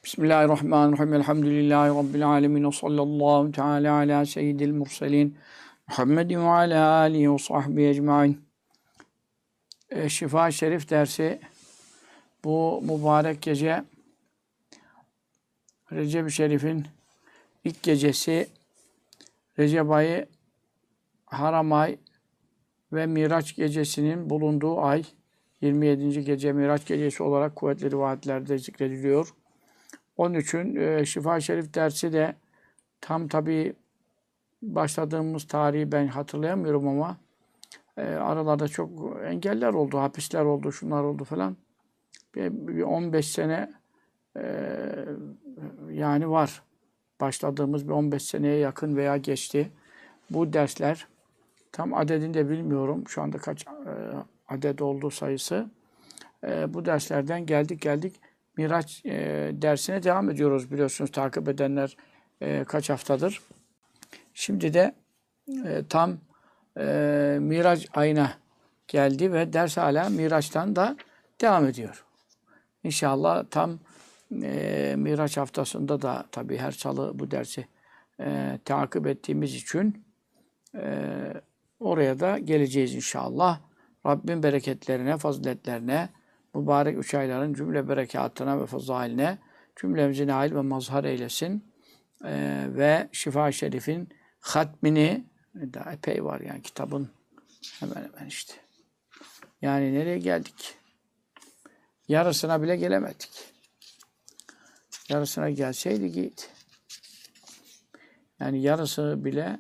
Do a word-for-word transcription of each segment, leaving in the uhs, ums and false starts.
Bismillahirrahmanirrahim. Elhamdülillahi Rabbil alemin. Ve sallallahu teala ala seyyidil murselin. Muhammedin ve ala alihi ve sahbihi ecmain. E, Şifa Şerif dersi bu mübarek gece Recep-i Şerif'in ilk gecesi, Recep ayı, Haram ay ve Miraç gecesinin bulunduğu ay, yirmi yedinci gece Miraç gecesi olarak kuvvetli rivayetlerde zikrediliyor. Onun için e, Şifa Şerif dersi de tam tabii başladığımız tarihi ben hatırlayamıyorum ama e, aralarda çok engeller oldu, hapisler oldu, şunlar oldu falan. Bir, bir on beş sene e, yani var. Başladığımız bir on beş seneye yakın veya geçti. Bu dersler tam adedini de bilmiyorum. Şu anda kaç e, adet oldu sayısı. E, bu derslerden geldik geldik. Miraç e, dersine devam ediyoruz biliyorsunuz takip edenler e, kaç haftadır. Şimdi de e, tam e, Miraç ayına geldi ve ders hala Miraç'tan da devam ediyor. İnşallah tam e, Miraç haftasında da tabii her salı bu dersi e, takip ettiğimiz için e, oraya da geleceğiz inşallah. Rabbin bereketlerine, faziletlerine, mübarek üç ayların cümle berekatına ve fazailine cümlemizi nail ve mazhar eylesin. Ee, ve Şifa Şerif'in hatmini, daha epey var yani kitabın hemen hemen işte. Yani nereye geldik? Yarısına bile gelemedik. Yarısına gelseydik iyiydi. Yani yarısı bile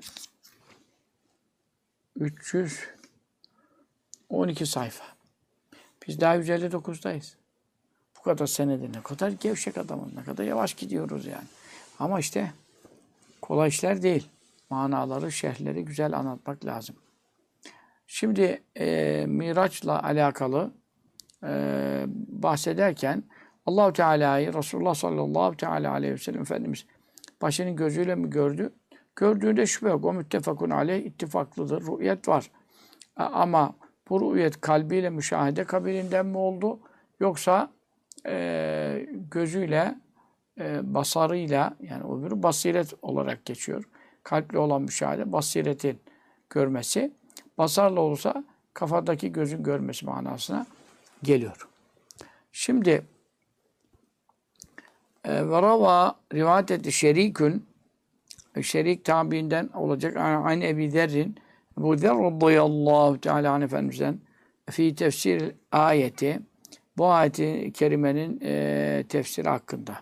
üç yüz on iki sayfa. Biz daha yüz elli dokuzdayız. Bu kadar senede ne kadar gevşek adamız, ne kadar yavaş gidiyoruz yani. Ama işte kolay işler değil. Manaları, şerhleri güzel anlatmak lazım. Şimdi e, Miraç'la alakalı e, bahsederken Allah-u Teala'yı Resulullah sallallahu teala aleyhi ve sellem Efendimiz başının gözüyle mi gördü? Gördüğünde şüphe yok. O müttefakun aleyh ittifaklıdır. Rü'yet var. Ama bu rü'yet kalbiyle müşahede kabilinden mi oldu? Yoksa e, gözüyle, e, basarıyla, yani öbürü basiret olarak geçiyor. Kalple olan müşahede, basiretin görmesi. Basarla olursa kafadaki gözün görmesi manasına geliyor. Şimdi ve rava rivayet etti şerikün, şerik tabiinden olacak. Aynı Ebi Zerrin, Ebu Zer radıyallahu teala anh Efendimiz'den fi tefsir ayeti, bu ayeti kerimenin e, tefsiri hakkında.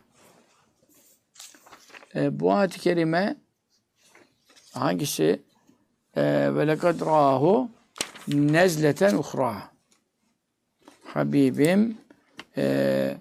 E, bu ayet-i kerime hangisi? Ve lekad râhu nezleten uhrâ. Habibim e,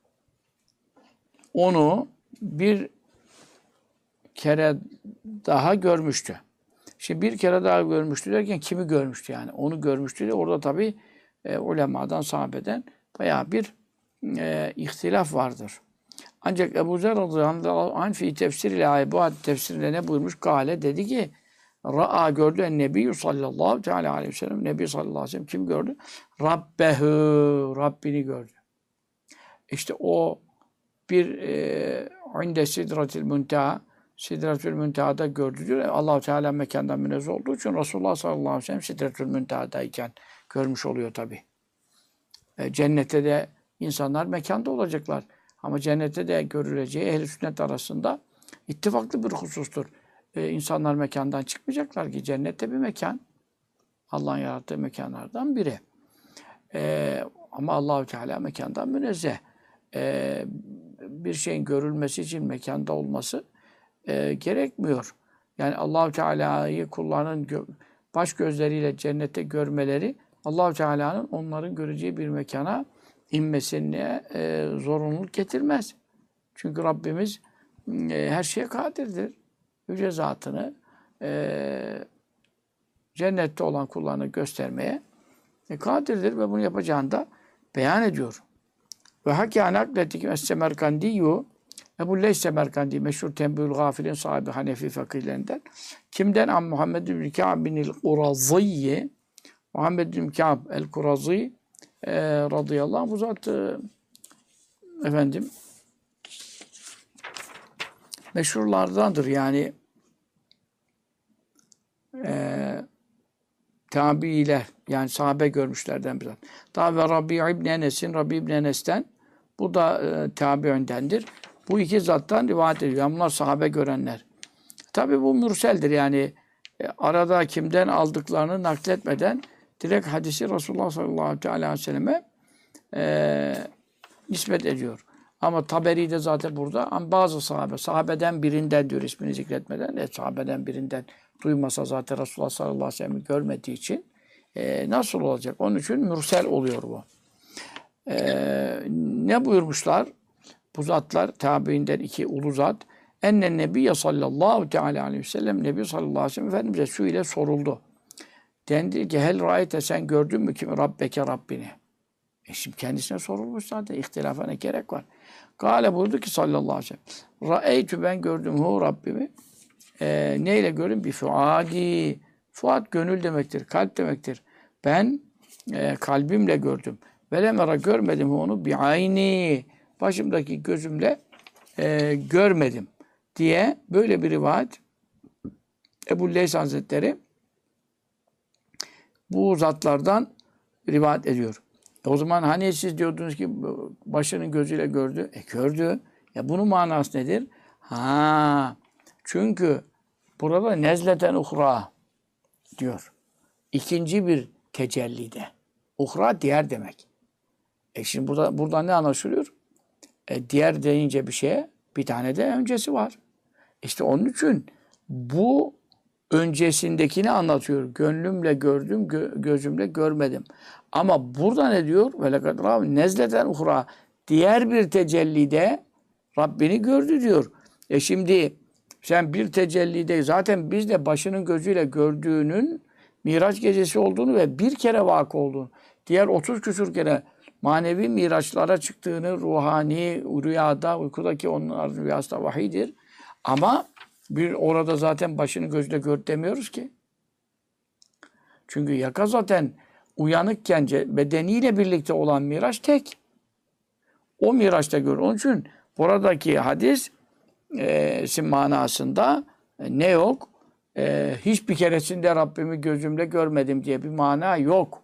onu bir kere daha görmüştü. Şimdi bir kere daha görmüştü derken kimi görmüştü yani? Onu görmüştü de orada tabii e, ulemadan, sahabeden bayağı bir e, ihtilaf vardır. Ancak Ebu Zer radıyallahu anh fi tefsir ile bu ayet tefsirinde ne buyurmuş? Kale dedi ki Ra'a gördü en Nebi sallallahu teala aleyhi ve sellem. Nebi sallallahu aleyhi ve sellem kim gördü? Rabbehu, Rabbini gördü. İşte o bir e, inde sidratil muntaha, Sidretül Münteha'da gördü diyor. Allah-u Teala mekandan münezzeh olduğu için Resulullah sallallahu aleyhi ve sellem Sidretül Münteha'dayken görmüş oluyor tabi. E, cennette de insanlar mekanda olacaklar. Ama cennette de görüleceği ehl-i sünnet arasında ittifaklı bir husustur. E, insanlar mekandan çıkmayacaklar ki cennette bir mekan. Allah'ın yarattığı mekanlardan biri. E, ama Allah-u Teala mekandan münezzeh. E, bir şeyin görülmesi için mekanda olması e, gerekmiyor. Yani Allah-u Teala'yı kullarının gö- baş gözleriyle cennette görmeleri Allah-u Teala'nın onların göreceği bir mekana inmesine e, zorunluluk getirmez. Çünkü Rabbimiz e, her şeye kadirdir. Yüce zatını e, cennette olan kullarını göstermeye e, kadirdir ve bunu yapacağını da beyan ediyor. Ve hakâ naklettik es-Semerkandiyyu, Ebu Leys Semerkandi, meşhur Tembül Gafil'in sahibi Hanefi fakirlerinden. Kimden? An Muhammed bin Ka'b bin el-Kurazî, Muhammed bin Ka'b el-Kurazî e, radıyallahu anh. Bu zat e, efendim meşhurlardandır yani e, tabiiler yani sahabe görmüşlerden biraz. Daha ve Rabbi İbn Enes'in Rabbi İbn Enes'ten bu da e, tabiindendir. Bu iki zattan rivayet ediyor. Yani bunlar sahabe görenler. Tabi bu mürseldir yani e, arada kimden aldıklarını nakletmeden direkt hadisi Resulullah sallallahu aleyhi ve selleme e, nispet ediyor. Ama Taberi de zaten burada ama bazı sahabe, sahabeden birinden diyor ismini zikretmeden. E, sahabeden birinden duymasa zaten Resulullah sallallahu aleyhi ve sellem'i görmediği için e, nasıl olacak? Onun için mürsel oluyor bu. E, ne buyurmuşlar? Bu zatlar tabiinden iki ulu zat. Ennen Nebiye sallallahu teala aleyhi ve sellem Nebi sallallahu aleyhi ve sellem Efendimiz'e su ile soruldu. Dendi ki hel ra'ayte sen gördün mü kimi Rabbeke Rabbini? E şimdi kendisine sorulmuş zaten. İhtilafa ne gerek var? Kale buyurdu ki sallallahu aleyhi ve sellem ra'eytü ben gördüm hu Rabbimi. E, neyle gördüm? Bi fuadi. Fuat gönül demektir. Kalp demektir. Ben e, kalbimle gördüm. Velemera görmedim onu bi ayni. Başımdaki gözümle e, görmedim diye böyle bir rivayet Ebu Leys Hazretleri bu zatlardan rivayet ediyor. E o zaman hani siz diyordunuz ki başının gözüyle gördü. E gördü. Ya bunun manası nedir? Ha, çünkü burada nezleten uhra diyor. İkinci bir tecellide. Uhra diğer demek. E şimdi burada buradan ne anlaşılıyor? E diğer deyince bir şeye bir tane de öncesi var. İşte onun için bu öncesindekini anlatıyor. Gönlümle gördüm, gö- gözümle görmedim. Ama burada ne diyor? Velekad rav nezleten uhra. Diğer bir tecellide Rabbini gördü diyor. E şimdi sen bir tecellide zaten biz de başının gözüyle gördüğünün Miraç gecesi olduğunu ve bir kere vakı olduğunu, diğer otuz küsur kere manevi miraçlara çıktığını, ruhani, rüyada, uykudaki onların rüyası vahiydir. Ama bir orada zaten başını gözle gör demiyoruz ki. Çünkü yaka zaten uyanıkken bedeniyle birlikte olan miraç tek. O miraçta gör. Onun için buradaki hadis e, manasında e, ne yok? E, hiçbir keresinde Rabbimi gözümle görmedim diye bir mana yok.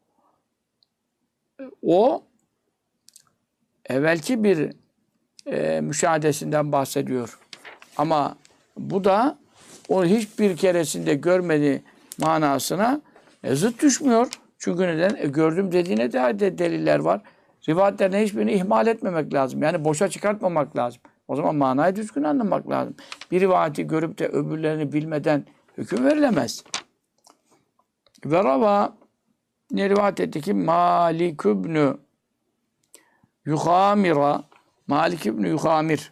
O evvelki bir e, müşahadesinden bahsediyor. Ama bu da o hiçbir keresinde görmedi manasına e, zıt düşmüyor. Çünkü neden? E, gördüm dediğine de, de deliller var. Rivayetlerine hiçbirini ihmal etmemek lazım. Yani boşa çıkartmamak lazım. O zaman manayı düzgün anlamak lazım. Bir rivayeti görüp de öbürlerini bilmeden hüküm verilemez. Ve rava ne rivayet etti ki Malik ibn Yuhamira Malik ibn Yuhamir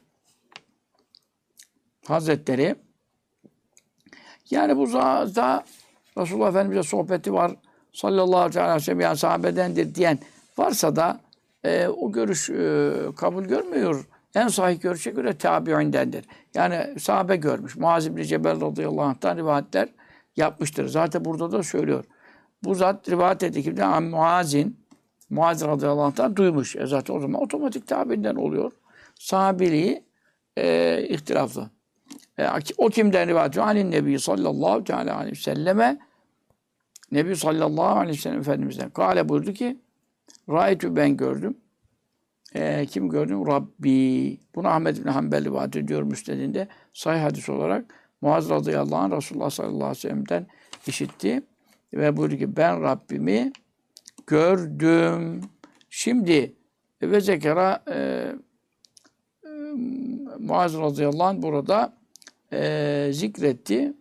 Hazretleri yani bu zata Resulullah Efendimiz'e sohbeti var sallallahu aleyhi ve sellem yani sahabedendir diyen varsa da e, o görüş e, kabul görmüyor. En sahih görüşe göre tabi'indendir. Yani sahabe görmüş. Muaz ibn Cebel radıyallahu anh'tan rivayetler yapmıştır. Zaten burada da söylüyor. Bu zat rivayet etti ki Muaz'in Muaz radıyallahu anh'tan duymuş. E zaten o zaman otomatik tabi'inden oluyor. Sahabeliği e, ihtilaflı. E, o kimden rivayet ediyor? Hani Nebi sallallahu teala aleyhi ve selleme Nebi sallallahu aleyhi ve sellem Efendimiz'den. Kale buyurdu ki Ra'ytü ben gördüm. E, kim gördüm? Rabbi. Bunu Ahmed bin Hanbel rivayet ediyor müstedinde. Sahih hadis olarak Muaz radıyallahu anh Resulullah sallallahu aleyhi ve sellem'den işitti. Ve buyurdu ki ben Rabbimi gördüm. Şimdi ve zekera e, e, Muaz radıyallahu anh burada e, zikretti.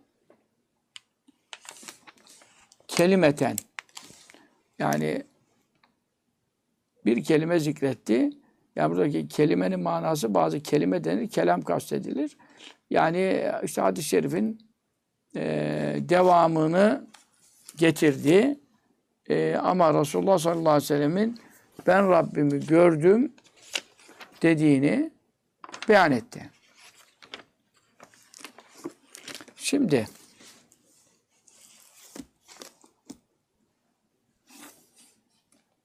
Kelimeten. Yani bir kelime zikretti. Yani buradaki kelimenin manası bazı kelime denir, kelam kastedilir. Yani işte hadis-i şerifin e, devamını getirdi. E, ama Resulullah sallallahu aleyhi ve sellemin ben Rabbimi gördüm dediğini beyan etti. Şimdi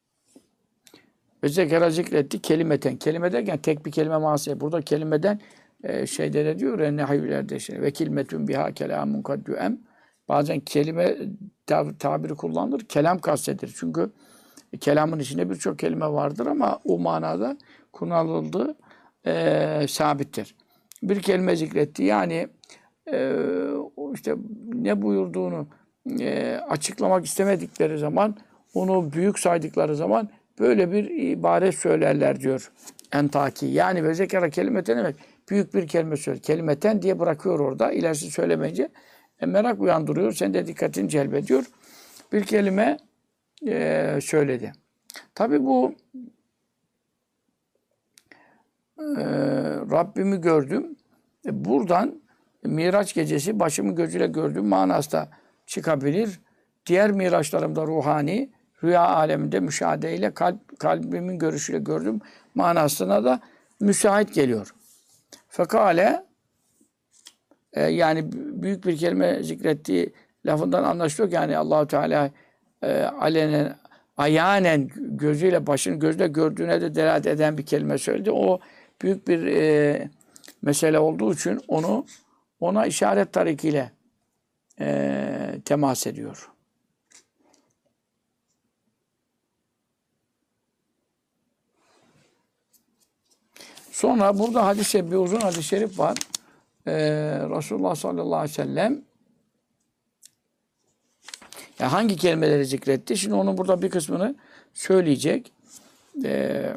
ve zekera zikretti kelimeten. Kelime derken tek bir kelime manası. Burada kelimeden e, şeyde de diyor ya nehavilerde işte ve kelimetun biha kelamun kad yu'em. Bazen kelime tab- tabiri kullanılır. Kelam kastedilir. Çünkü kelamın içinde birçok kelime vardır ama o manada kullanıldığı e, sabittir. Bir kelime zikretti. Yani e, işte ne buyurduğunu e, açıklamak istemedikleri zaman, onu büyük saydıkları zaman böyle bir ibare söylerler diyor Entaki. Yani ve zekara kelimeten demek. Büyük bir kelime söyle. Kelimeten diye bırakıyor orada. İlerisi söylemeyince e, merak uyandırıyor. Sen de dikkatini celbediyor. Bir kelime e, söyledi. Tabi bu e, Rabbimi gördüm. E, buradan Miraç gecesi başımı gözüyle gördüm manasında çıkabilir. Diğer miraçlarımda ruhani, rüya aleminde müşahedeyle kalp, kalbimin görüşüyle gördüm manasına da müsait geliyor. Fekale e, yani büyük bir kelime zikrettiği lafından anlaşılıyor ki yani Allahu Teala e, alenen ayanen gözüyle başını gözle gördüğüne de delalet eden bir kelime söyledi. O büyük bir e, mesele olduğu için onu ona işaret tarikiyle e, temas ediyor. Sonra burada hadis-i bir uzun hadis-i şerif var. Ee, Resulullah sallallahu aleyhi ve sellem ya hangi kelimeleri zikretti? Şimdi onun burada bir kısmını söyleyecek. Ee,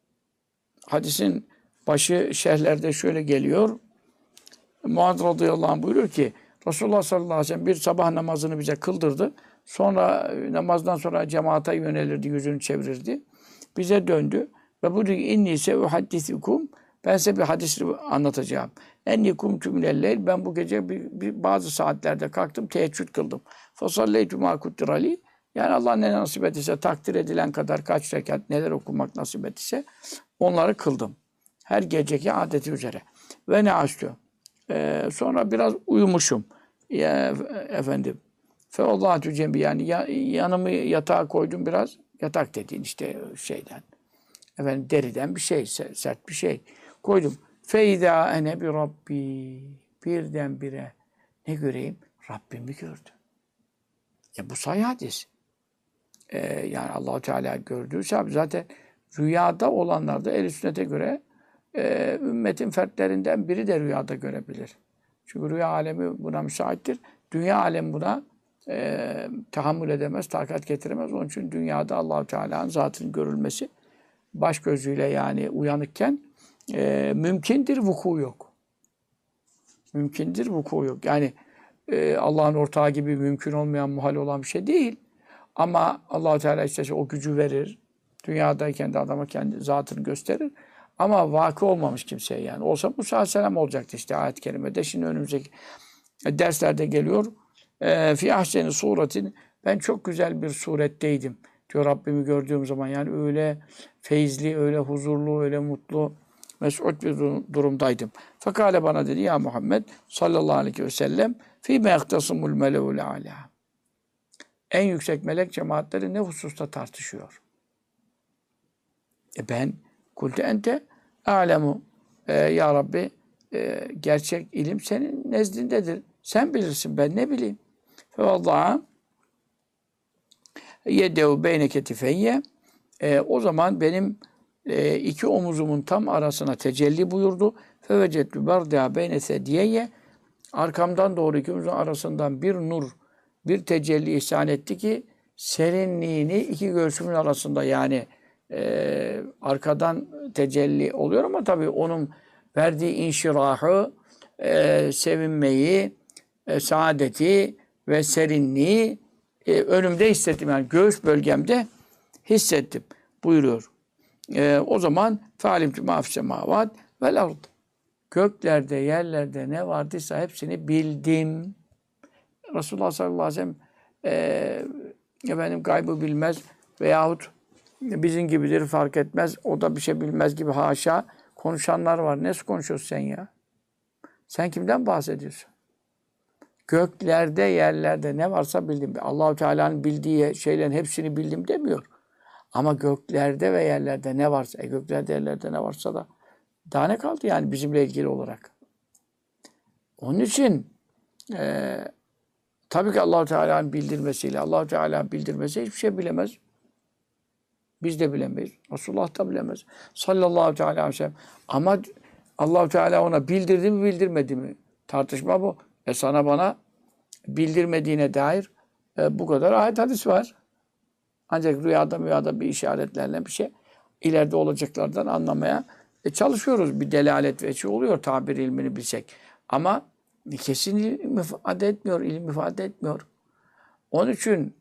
hadisin başı şerhlerde şöyle geliyor. Muad radıyallahu anh buyuruyor ki Resulullah sallallahu aleyhi ve sellem bir sabah namazını bize kıldırdı. Sonra namazdan sonra cemaate yönelirdi, yüzünü çevirirdi. Bize döndü ve bu inni ise uhaddisukum ben size bir hadis anlatacağım. Enni kumtu minelleyl ben bu gece bir, bir, bazı saatlerde kalktım, teheccüd kıldım. Fasalleytu ma kuttirali yani Allah ne nasip ettiyse takdir edilen kadar kaç rekat neler okumak nasip ettiyse onları kıldım. Her geceki adeti üzere. Ve ne açtı? Ee, sonra biraz uyumuşum. Ya, efendim. Feallahu cembi yani ya, yanımı yatağa koydum biraz. Yatak dediğin işte şeyden. Efendim deriden bir şey, sert bir şey koydum. Feyda ene bi Rabbi. Birdenbire ne göreyim? Rabbimi gördüm. Ya bu sahih hadis. Ee, yani Allah-u Teala gördüğü sahabe zaten rüyada olanlar da ehl-i sünnete göre e, ümmetin fertlerinden biri de rüyada görebilir. Çünkü rüya alemi buna müsaittir. Dünya alemi buna e, tahammül edemez, takat getiremez. Onun için dünyada Allah-u Teala'nın zatının görülmesi baş gözüyle yani uyanıkken e, mümkündür, vuku yok. Mümkündür, vuku yok. Yani e, Allah'ın ortağı gibi mümkün olmayan, muhal olan bir şey değil. Ama Allah-u Teala istese o gücü verir. Dünyadayken de adama kendi zatını gösterir. Ama vakı olmamış kimseye yani. Olsa Musa Aleyhisselam olacaktı işte ayet-i kerimede. Şimdi önümüzdeki derslerde geliyor. E, Fi ahseni suretin ben çok güzel bir suretteydim diyor Rabbimi gördüğüm zaman. Yani öyle feyizli, öyle huzurlu, öyle mutlu, mes'ud bir durumdaydım. Fakale bana dedi ya Muhammed sallallahu aleyhi ve sellem fîme yaktasımul mele'ul âlâ. En yüksek melek cemaatleri ne hususta tartışıyor? E ben kultu ente a'lemu. E, ya Rabbi e, gerçek ilim senin nezdindedir. Sen bilirsin ben ne bileyim. Fe vallaha yedev beyne ketifeyye. E, o zaman benim e, iki omuzumun tam arasına tecelli buyurdu. Fe vecettu berda beyne sediyeye. Arkamdan doğru iki omuzun arasından bir nur, bir tecelli ihsan etti ki serinliğini iki göğsümün arasında yani e, arkadan tecelli oluyor ama tabii onun verdiği inşirahı, e, sevinmeyi, e, saadeti ve serinliği e, önümde hissettim. Yani göğüs bölgemde hissettim buyuruyor. E, o zaman fealimtü mâfis semâvât vel ard. Göklerde, yerlerde ne vardıysa hepsini bildim. Resulullah sallallahu aleyhi ve sellem e, efendim gaybı bilmez veyahut bizim gibidir fark etmez. O da bir şey bilmez gibi haşa konuşanlar var. Ne konuşuyorsun sen ya? Sen kimden bahsediyorsun? Göklerde, yerlerde ne varsa bildim. Allah-u Teala'nın bildiği şeylerin hepsini bildim demiyor. Ama göklerde ve yerlerde ne varsa, e göklerde yerlerde ne varsa da daha ne kaldı yani bizimle ilgili olarak? Onun için e, tabii ki Allah-u Teala'nın bildirmesiyle, Allah-u Teala bildirmesi hiçbir şey bilemez. Biz de bilemeyiz. Resulullah da bilemez. Sallallahu teala aleyhi ve sellem. Ama Allah-u Teala ona bildirdi mi, bildirmedi mi? Tartışma bu. E sana bana bildirmediğine dair e, bu kadar ayet hadis var. Ancak rüyada rüyada bir işaretlerle bir şey ileride olacaklardan anlamaya e, çalışıyoruz. Bir delalet ve şey oluyor tabir ilmini bilsek. Ama kesin ilim ifade etmiyor, ilim ifade etmiyor. Onun için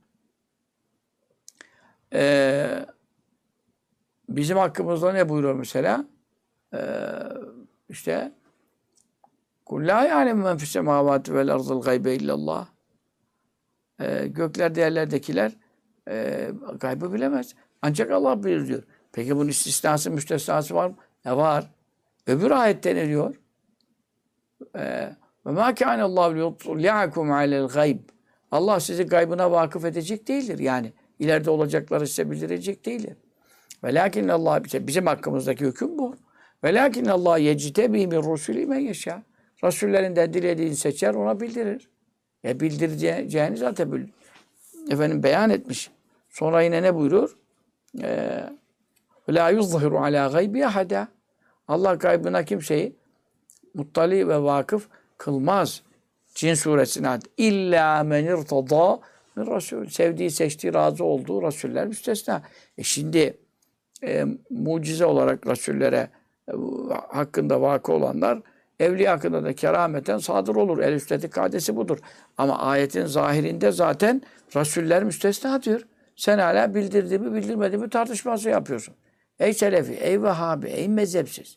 e, bizim hakkımızda ne buyuruyor mesela? Ee, işte kul la ya'lemu men fis semavati vel ardil gaybe illallah. Ee, göklerde yerlerdekiler e, gaybı bilemez. Ancak Allah bilir diyor. Peki bunun istisnası, müstesnası var mı? Ne var? Öbür ayette ne diyor? Ve mâ kâneallâhu liyutli'akum alel gayb. Allah sizi gaybına vakıf edecek değildir. Yani ileride olacakları size bildirecek değildir. Velakin Allah bizim hakkımızdaki hüküm bu. Velakin Allah yectebi min rusuli men yeşâ. Resullerinden dilediğini seçer, ona bildirir. E bildireceğini zaten bil, efendim beyan etmiş. Sonra yine ne buyuruyor? Ee, la yuzhiru ala gaybi ahada. Allah gaybına kimseyi muttali ve vakıf kılmaz. Cin suresine ad. İlla men irtada min rasul. Sevdiği, seçtiği, razı olduğu rasuller müstesna. E şimdi e, mucize olarak rasullere e, hakkında vakı olanlar evliya hakkında da kerameten sadır olur. El üsteti kadesi budur. Ama ayetin zahirinde zaten rasuller müstesna diyor. Sen hala bildirdi mi bildirmedi mi tartışması yapıyorsun. Ey Selefi, ey Vehhabi, ey mezhepsiz.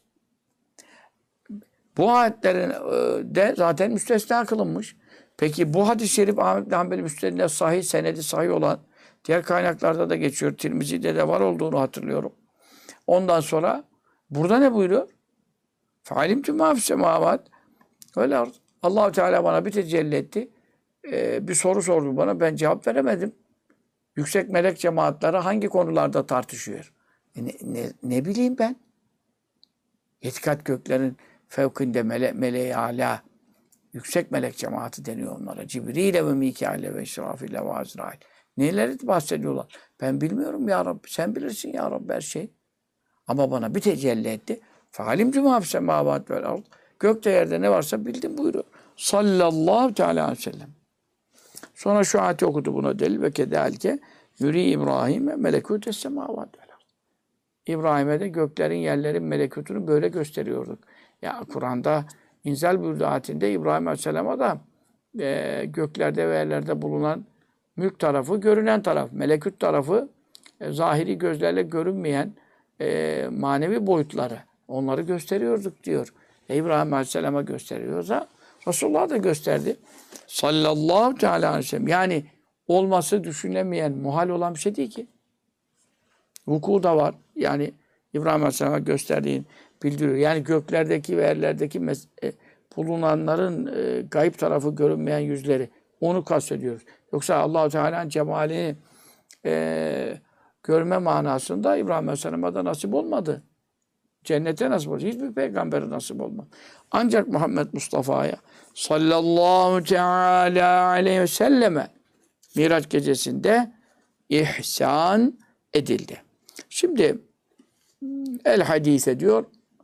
Bu ayetlerin de zaten müstesna kılınmış. Peki bu hadis-i şerif Ahmed bin Hanbel müstedine sahih, senedi sahih olan diğer kaynaklarda da geçiyor. Tirmizi'de de var olduğunu hatırlıyorum. Ondan sonra burada ne buyuruyor? Fe'alimtü mâ fissemâvât öyle Allah-u Teala bana bir tecelli etti. Ee, bir soru sordu bana. Ben cevap veremedim. Yüksek melek cemaatleri hangi konularda tartışıyor? E ne, ne, ne bileyim ben? Yetikat göklerin fevkinde mele, meleği âlâ. Yüksek melek cemaati deniyor onlara. Cibril'e ve Mikail'e ve İsrafil'e ve Azrail. Neleri bahsediyorlar? Ben bilmiyorum ya Rabbi. Sen bilirsin ya Rabbi her şey. Ama bana bir tecelli etti. Fe'alimtü mâ fissemâvât vel ard. Gökte yerde ne varsa bildim buyuruyor. Sallallahu teala aleyhi ve sellem. Sonra şu ayeti okudu buna delil ve kedâlike yürî İbrahim'e melekûtes semâvât vel ard. İbrahim'e de göklerin yerlerin melekutunu böyle gösteriyorduk. Ya Kur'an'da inzal buyurduğu ayetinde İbrahim Aleyhisselam'a da e, göklerde ve yerlerde bulunan mülk tarafı, görünen taraf, melekut tarafı, e, zahiri gözlerle görünmeyen e, manevi boyutları. Onları gösteriyorduk diyor. E, İbrahim Aleyhisselam'a gösteriyorsa Resulullah da gösterdi. Sallallahu teala aleyhi ve sellem. Yani olması düşünemeyen, muhal olan bir şey değil ki. Vuku da var. Yani İbrahim Aleyhisselam'a gösterdiğin bildiriyor. Yani göklerdeki ve yerlerdeki mes- e, bulunanların e, gayb tarafı görünmeyen yüzleri. Onu kastediyoruz. Yoksa Allah-u Teala'nın cemalini e, görme manasında İbrahim Aleyhisselam'a da nasip olmadı. Cennete nasip oldu. Hiçbir peygambere nasip olmadı. Ancak Muhammed Mustafa'ya sallallahu teala aleyhi ve selleme Miraç gecesinde ihsan edildi. Şimdi el hadise diyor.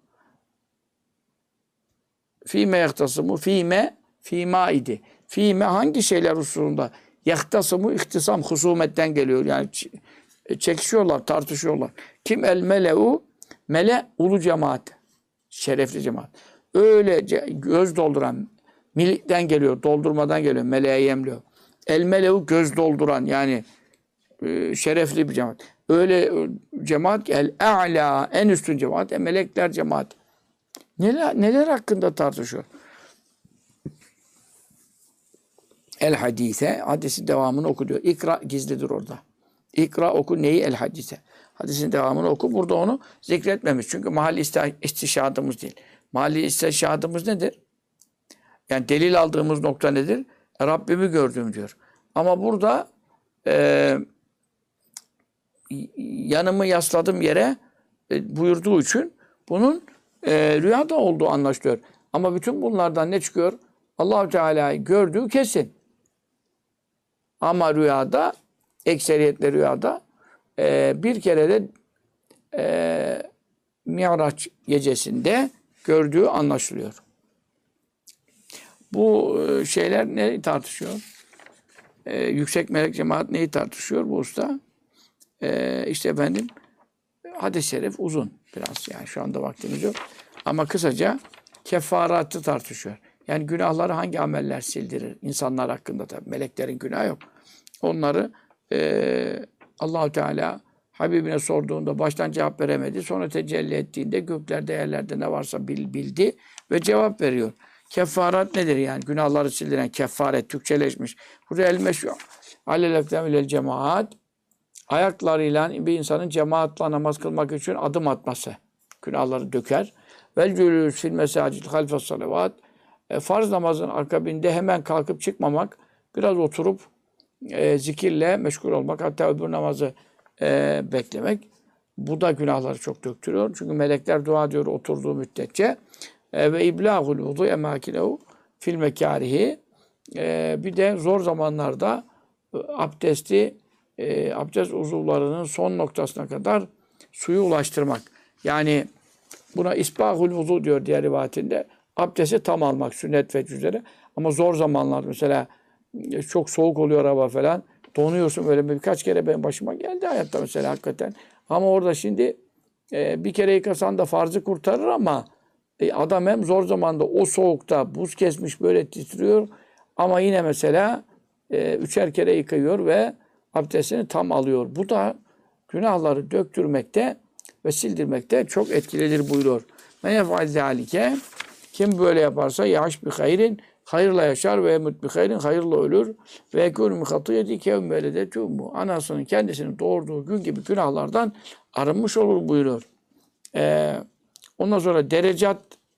Fîme yehtasımı fîme fîmâ idi. Fîme hangi şeyler hususunda? Yehtasımı ihtisam husumetten geliyor. Yani çekişiyorlar, tartışıyorlar. Kim el mele'u? Mele ulu cemaat. Şerefli cemaat. Öyle göz dolduran milikten geliyor, doldurmadan geliyor. Meleğe yemliyor. El mele'u göz dolduran yani şerefli bir cemaat. Öyle cemaat ki el-a'la en üstün cemaat, e, melekler cemaat. Neler, neler hakkında tartışıyor? El hadise, hadisin devamını oku diyor. İkra gizlidir orada. İkra oku neyi? El hadise. Hadisin devamını oku. Burada onu zikretmemiş. Çünkü mahalli istişadımız değil. Mahalli istişadımız nedir? Yani delil aldığımız nokta nedir? E, Rabbimi gördüm diyor. Ama burada e, yanımı yasladım yere e, buyurduğu için bunun e, rüyada olduğu anlaşılıyor. Ama bütün bunlardan ne çıkıyor? Allah-u Teala'yı gördüğü kesin. Ama rüyada, ekseriyetle rüyada e, bir kere de e, Miraç gecesinde gördüğü anlaşılıyor. Bu e, şeyler neyi tartışıyor? E, yüksek melek cemaat neyi tartışıyor bu usta? E, işte efendim hadis-i şerif uzun biraz, yani şu anda vaktimiz yok. Ama kısaca kefaratı tartışıyor. Yani günahları hangi ameller sildirir? İnsanlar hakkında tabii. Meleklerin günahı yok. Onları e, Allah-u Teala Habibine sorduğunda baştan cevap veremedi. Sonra tecelli ettiğinde göklerde yerlerde ne varsa bildi ve cevap veriyor. Kefarat nedir yani? Günahları sildiren kefaret Türkçeleşmiş. Burada el-meşru alel-ekdem ilel cemaat, ayaklarıyla bir insanın cemaatle namaz kılmak için adım atması günahları döker. Vel cülûs fil mesacid halfes salavat, farz namazın akabinde hemen kalkıp çıkmamak, biraz oturup e, zikirle meşgul olmak, hatta öbür namazı e, beklemek. Bu da günahları çok döktürüyor. Çünkü melekler dua diyor oturduğu müddetçe. E, ve iblâhul vudu emâkinehu fil mekârihi. E, bir de zor zamanlarda e, abdesti, e, abdest uzuvlarının son noktasına kadar suyu ulaştırmak. Yani buna isbâhul vudu diyor diğer rivayetinde. Abdesti tam almak sünnet ve üzere. Ama zor zamanlar mesela çok soğuk oluyor hava falan. Donuyorsun, böyle birkaç kere benim başıma geldi hayatta mesela hakikaten. Ama orada şimdi e, bir kere yıkasan da farzı kurtarır ama e, adam hem zor zamanda o soğukta buz kesmiş böyle titriyor. Ama yine mesela e, üçer kere yıkıyor ve abdestini tam alıyor. Bu da günahları döktürmekte ve sildirmekte çok etkilidir buyuruyor. Men yef'al zâlike, kim böyle yaparsa yaş bi hayrin, hayırla yaşar ve yemut bi hayrin, hayırla ölür ve ekûnü min hatiyeti kevm veledetûmû, anasının kendisini doğurduğu gün gibi günahlardan arınmış olur buyuruyor. Ee, ondan sonra derecat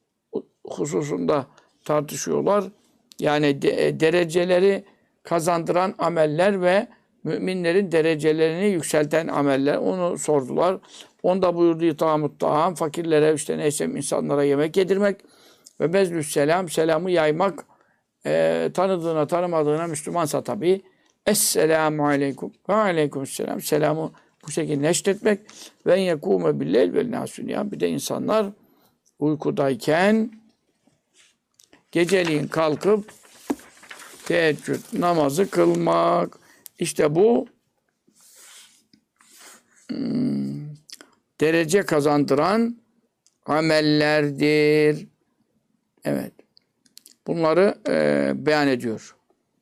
hususunda tartışıyorlar. Yani de, dereceleri kazandıran ameller ve müminlerin derecelerini yükselten ameller, onu sordular. Onda buyurduğu itamut ta'am, fakirlere işte neyse insanlara yemek yedirmek ve bezlüs selam, selamı yaymak, e, tanıdığına tanımadığına Müslümansa tabii. Esselamu aleyküm ve aleykümselam, selamı bu şekilde neşretmek ve yekûme billeyl vel nâsüniyâm, bir de insanlar uykudayken geceliğin kalkıp teheccüd namazı kılmak. İşte bu hmm, derece kazandıran amellerdir. Evet. Bunları e, beyan ediyor.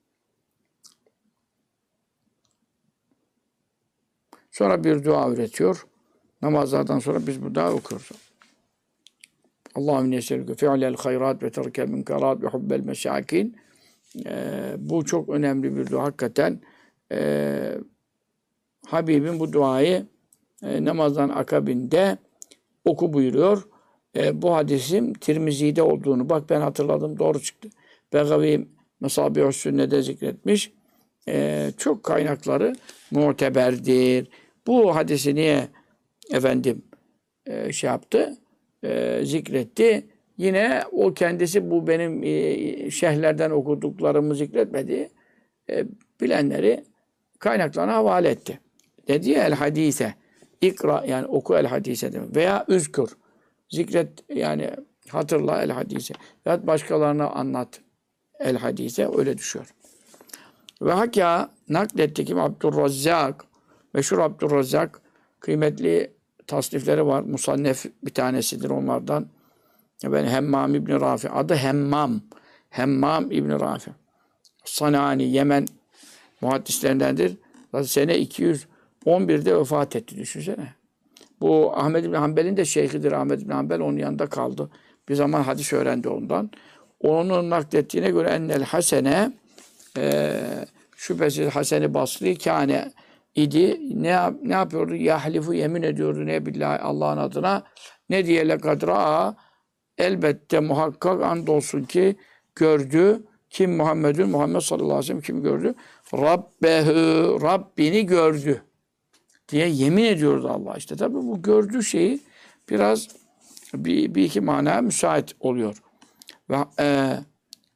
Sonra bir dua üretiyor. Namazlardan sonra biz bu duayı okuyoruz. Allahümme neselüke fi'lel hayrat ve terkel münkerat ve hubbel meşakin. Ee, bu çok önemli bir dua. Hakikaten e, Habibim bu duayı e, namazdan akabinde oku buyuruyor. E, bu hadisin Tirmizi'de olduğunu, bak ben hatırladım, doğru çıktı. Begavi Mesâbih-ü Sünne'de zikretmiş. E, çok kaynakları muteberdir. Bu hadisi niye efendim e, şey yaptı, e, zikretti? Yine o kendisi bu benim e, şeyhlerden okuduklarımı zikretmedi. E, bilenleri kaynaklarına havale etti. Dedi ya el hadise, ikra yani oku el hadise demek. Veya üzkür, zikret yani hatırla el hadise. Veya başkalarına anlat el hadise, öyle düşüyor. Ve hakya nakletti kim Abdurrazzak, meşhur Abdurrazzak, kıymetli tasnifleri var. Musannef bir tanesidir onlardan. Ben Hemmam İbn Rafi, adı Hemmam. Hemmam İbn Rafi. Sanani, Yemen muhaddislerindendir. Zaten sene iki yüz on birde vefat etti, düşünsene. Bu Ahmed İbn Hanbel'in de şeyhidir. Ahmed İbn Hanbel onun yanında kaldı. Bir zaman hadis öğrendi ondan. Onun naklettiğine göre ennel hasene, e, şüphesiz Hasan-ı Basri kâne idi. Ne, ne yapıyordu? Yahlifu, yemin ediyordu. Ne billahi, Allah'ın adına. Ne diye lekadra, elbette muhakkak andolsun ki gördü. Kim? Muhammedun, Muhammed sallallahu aleyhi ve sellem kimi gördü? Rabbehu, Rabbini gördü diye yemin ediyordu Allah. İşte tabii bu gördüğü şeyi biraz bir, bir iki mana müsait oluyor. Ve e,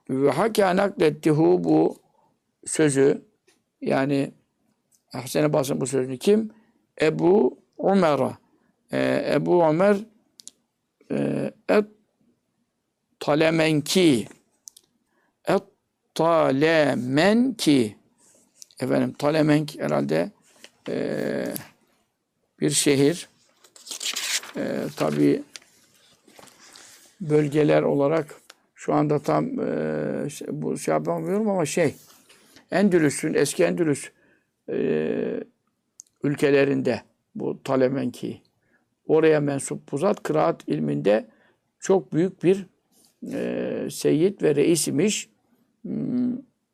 Ve hakâ naklettihu bu sözü yani Hasan-ı Basri'nin bu sözünü kim? Ebu Ömer'a. Ee, Ebu Ömer e, et Talemenki et Talemenki efendim Talemenk herhalde e, bir şehir. E, tabii bölgeler olarak şu anda tam e, bu şey yapamıyorum ama şey Endülüs'ün eski Endülüs e, ülkelerinde bu Talemenki oraya mensup bu zat kıraat ilminde çok büyük bir e, seyyid ve reis imiş. Hmm,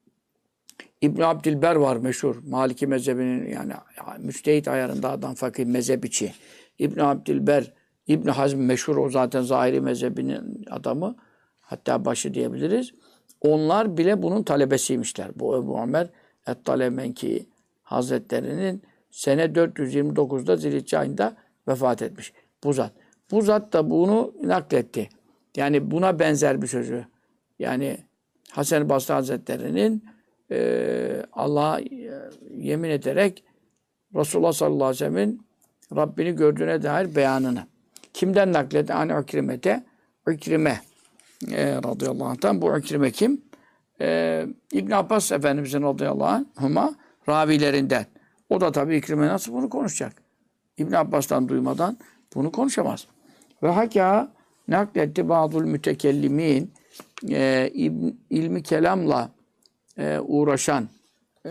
İbn Abdilber var meşhur. Maliki mezhebinin yani, yani müçtehit ayarında adam fakih mezhep içi. İbn Abdilber, İbn Hazm meşhur o zaten Zahiri mezhebinin adamı. Hatta başı diyebiliriz. Onlar bile bunun talebesiymişler. Bu Ebu Ömer Et-Talemenki Hazretleri'nin sene dört yüz yirmi dokuzda Zilhicce ayında vefat etmiş. Bu zat. Bu zat da bunu nakletti. Yani buna benzer bir sözü. Yani Hasan-ı Basri Hazretleri'nin e, Allah'a yemin ederek Resulullah sallallahu aleyhi ve sellem'in Rabbini gördüğüne dair beyanını. Kimden nakletti? Hani İkrime'te. İkrime e, radıyallahu anh'tan. Bu İkrime kim? E, İbn Abbas Efendimizin radıyallahu anh'uma ravilerinden. O da tabii İkrime nasıl bunu konuşacak? İbn Abbas'tan duymadan bunu konuşamaz. Ve hakâ nakletti bazul mütekellimin e, ilmi kelamla e, uğraşan e,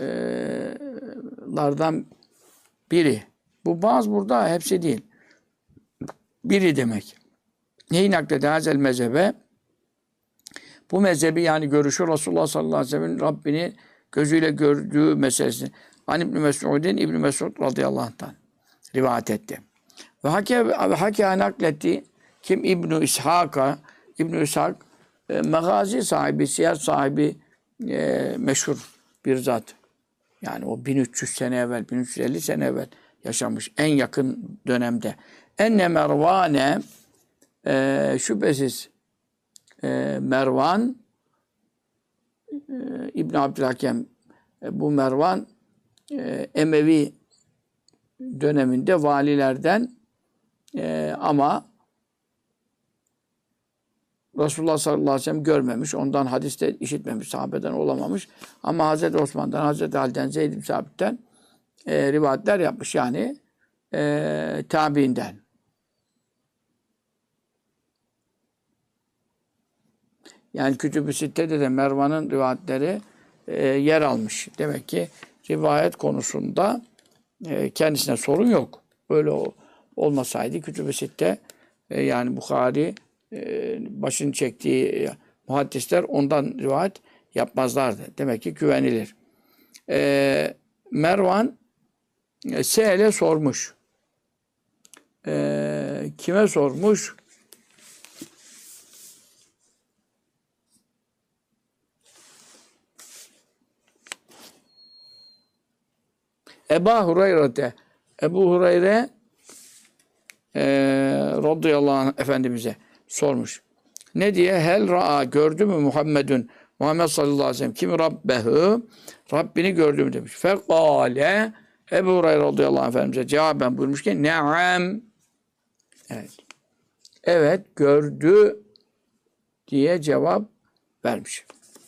lardan biri. Bu bazı burada hepsi değil. Biri demek. Neyi nakledi? Hazel mezhebe. Bu mezhebi yani görüşü Resulullah sallallahu aleyhi ve sellem'in Rabbini gözüyle gördüğü meselesini. An İbn Mesud'in İbn Mesud radıyallahu anh'tan rivayet etti. Ve hakâ nakletti kim İbn İshak'a İbn İshak e, megazi sahibi, siyer sahibi e, meşhur bir zat. Yani o bin üç yüz sene evvel, bin üç yüz elli sene evvel yaşamış en yakın dönemde. Enne Mervane e, şüphesiz e, Mervan e, İbn Abdülhakem e, bu Mervan e, Emevi döneminde valilerden e, ama Resulullah sallallahu aleyhi ve sellem görmemiş. Ondan hadiste işitmemiş. Sahabeden olamamış. Ama Hazreti Osman'dan, Hazreti Ali'den, Zeyd bin Sabit'ten e, rivayetler yapmış. Yani e, tabiinden. Yani Kütüb-i Sitte'de de Mervan'ın rivayetleri e, yer almış. Demek ki rivayet konusunda e, kendisine sorun yok. Böyle o, olmasaydı Kütüb-i Sitte e, yani Bukhari e, başını çektiği e, muhaddisler ondan rivayet yapmazlardı. Demek ki güvenilir. E, Mervan e, Sehel'e sormuş. E, kime sormuş? Ebu Hureyre'de Ebu Hureyre e, radıyallahu anh Efendimiz'e sormuş. Ne diye? Hel ra'a gördü mü Muhammedun Muhammed sallallahu aleyhi ve sellem kimi Rabbehu Rabbini gördü mü demiş. Fekale Ebu Hureyre radıyallahu anh Efendimiz'e cevaben buyurmuş ki ne'am evet. Evet gördü diye cevap vermiş.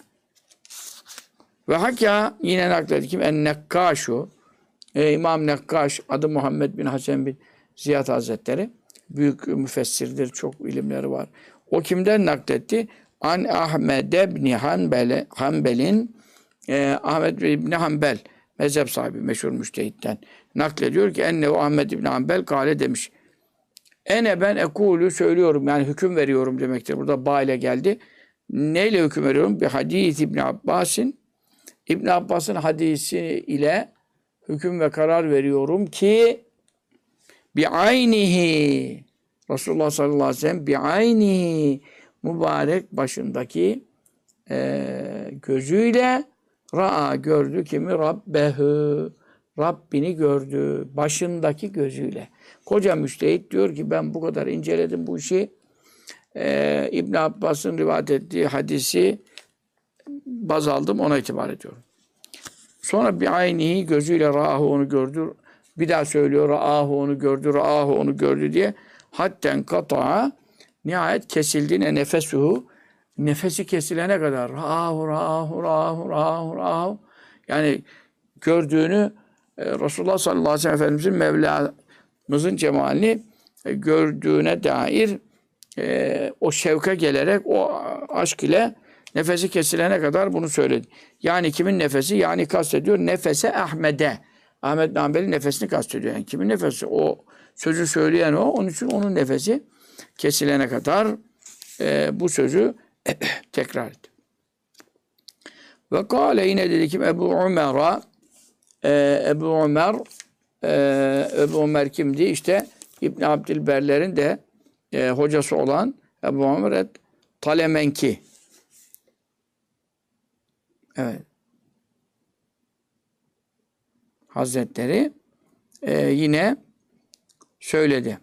Ve hakya yine nakledi kim? En Nekkaşu e, İmam Nekkaş adı Muhammed bin Hasan bin Ziyad Hazretleri. Büyük müfessirdir. Çok ilimleri var. O kimden nakletti? An Ahmed ibn Hanbel Hanbel'in e, Ahmed ibn Hanbel mezhep sahibi meşhur müştehitten naklediyor ki enne o Ahmed ibn Hanbel kâle demiş. Ene ben ekulü söylüyorum yani hüküm veriyorum demektir. Burada ba ile geldi. Neyle hüküm veriyorum? Bir hadis İbn Abbas'ın İbn Abbas'ın hadisi ile hüküm ve karar veriyorum ki bi aynihi Resulullah sallallahu aleyhi ve sellem bi aynihi mübarek başındaki e, gözüyle ra'a gördü kimi Rabbehu Rabbini gördü başındaki gözüyle. Koca müştehit diyor ki ben bu kadar inceledim bu işi. E, İbn Abbas'ın rivayet ettiği hadisi baz aldım, ona itibar ediyorum. Sonra bir aynihi gözüyle ra'ahu onu gördü. Bir daha söylüyor ra'ahu onu gördü, ra'ahu onu gördü diye. Hatten kata'a nihayet kesildi ne nefesuhu. Nefesi kesilene kadar ra'ahu ra'ahu ra'ahu ra'ahu ra'ahu. Yani gördüğünü e, Resulullah sallallahu aleyhi ve sellem Efendimizin Mevlamızın cemalini e, gördüğüne dair e, o şevke gelerek o aşk ile nefesi kesilene kadar bunu söyledi. Yani kimin nefesi? Yani kastediyor nefese Ahmet'e. Ahmet bin Hanbel'in nefesini kastediyor. Yani kimin nefesi? O sözü söyleyen o. Onun için onun nefesi kesilene kadar e, bu sözü tekrar etti. Ve kâle yine dedi ki Ebu Ömer'a e, Ebu Ömer e, Ebu Ömer kimdi? İşte İbn Abdülberler'in de e, hocası olan Ebu Ömer Talemenki. Evet. Hazretleri e, yine söyledi.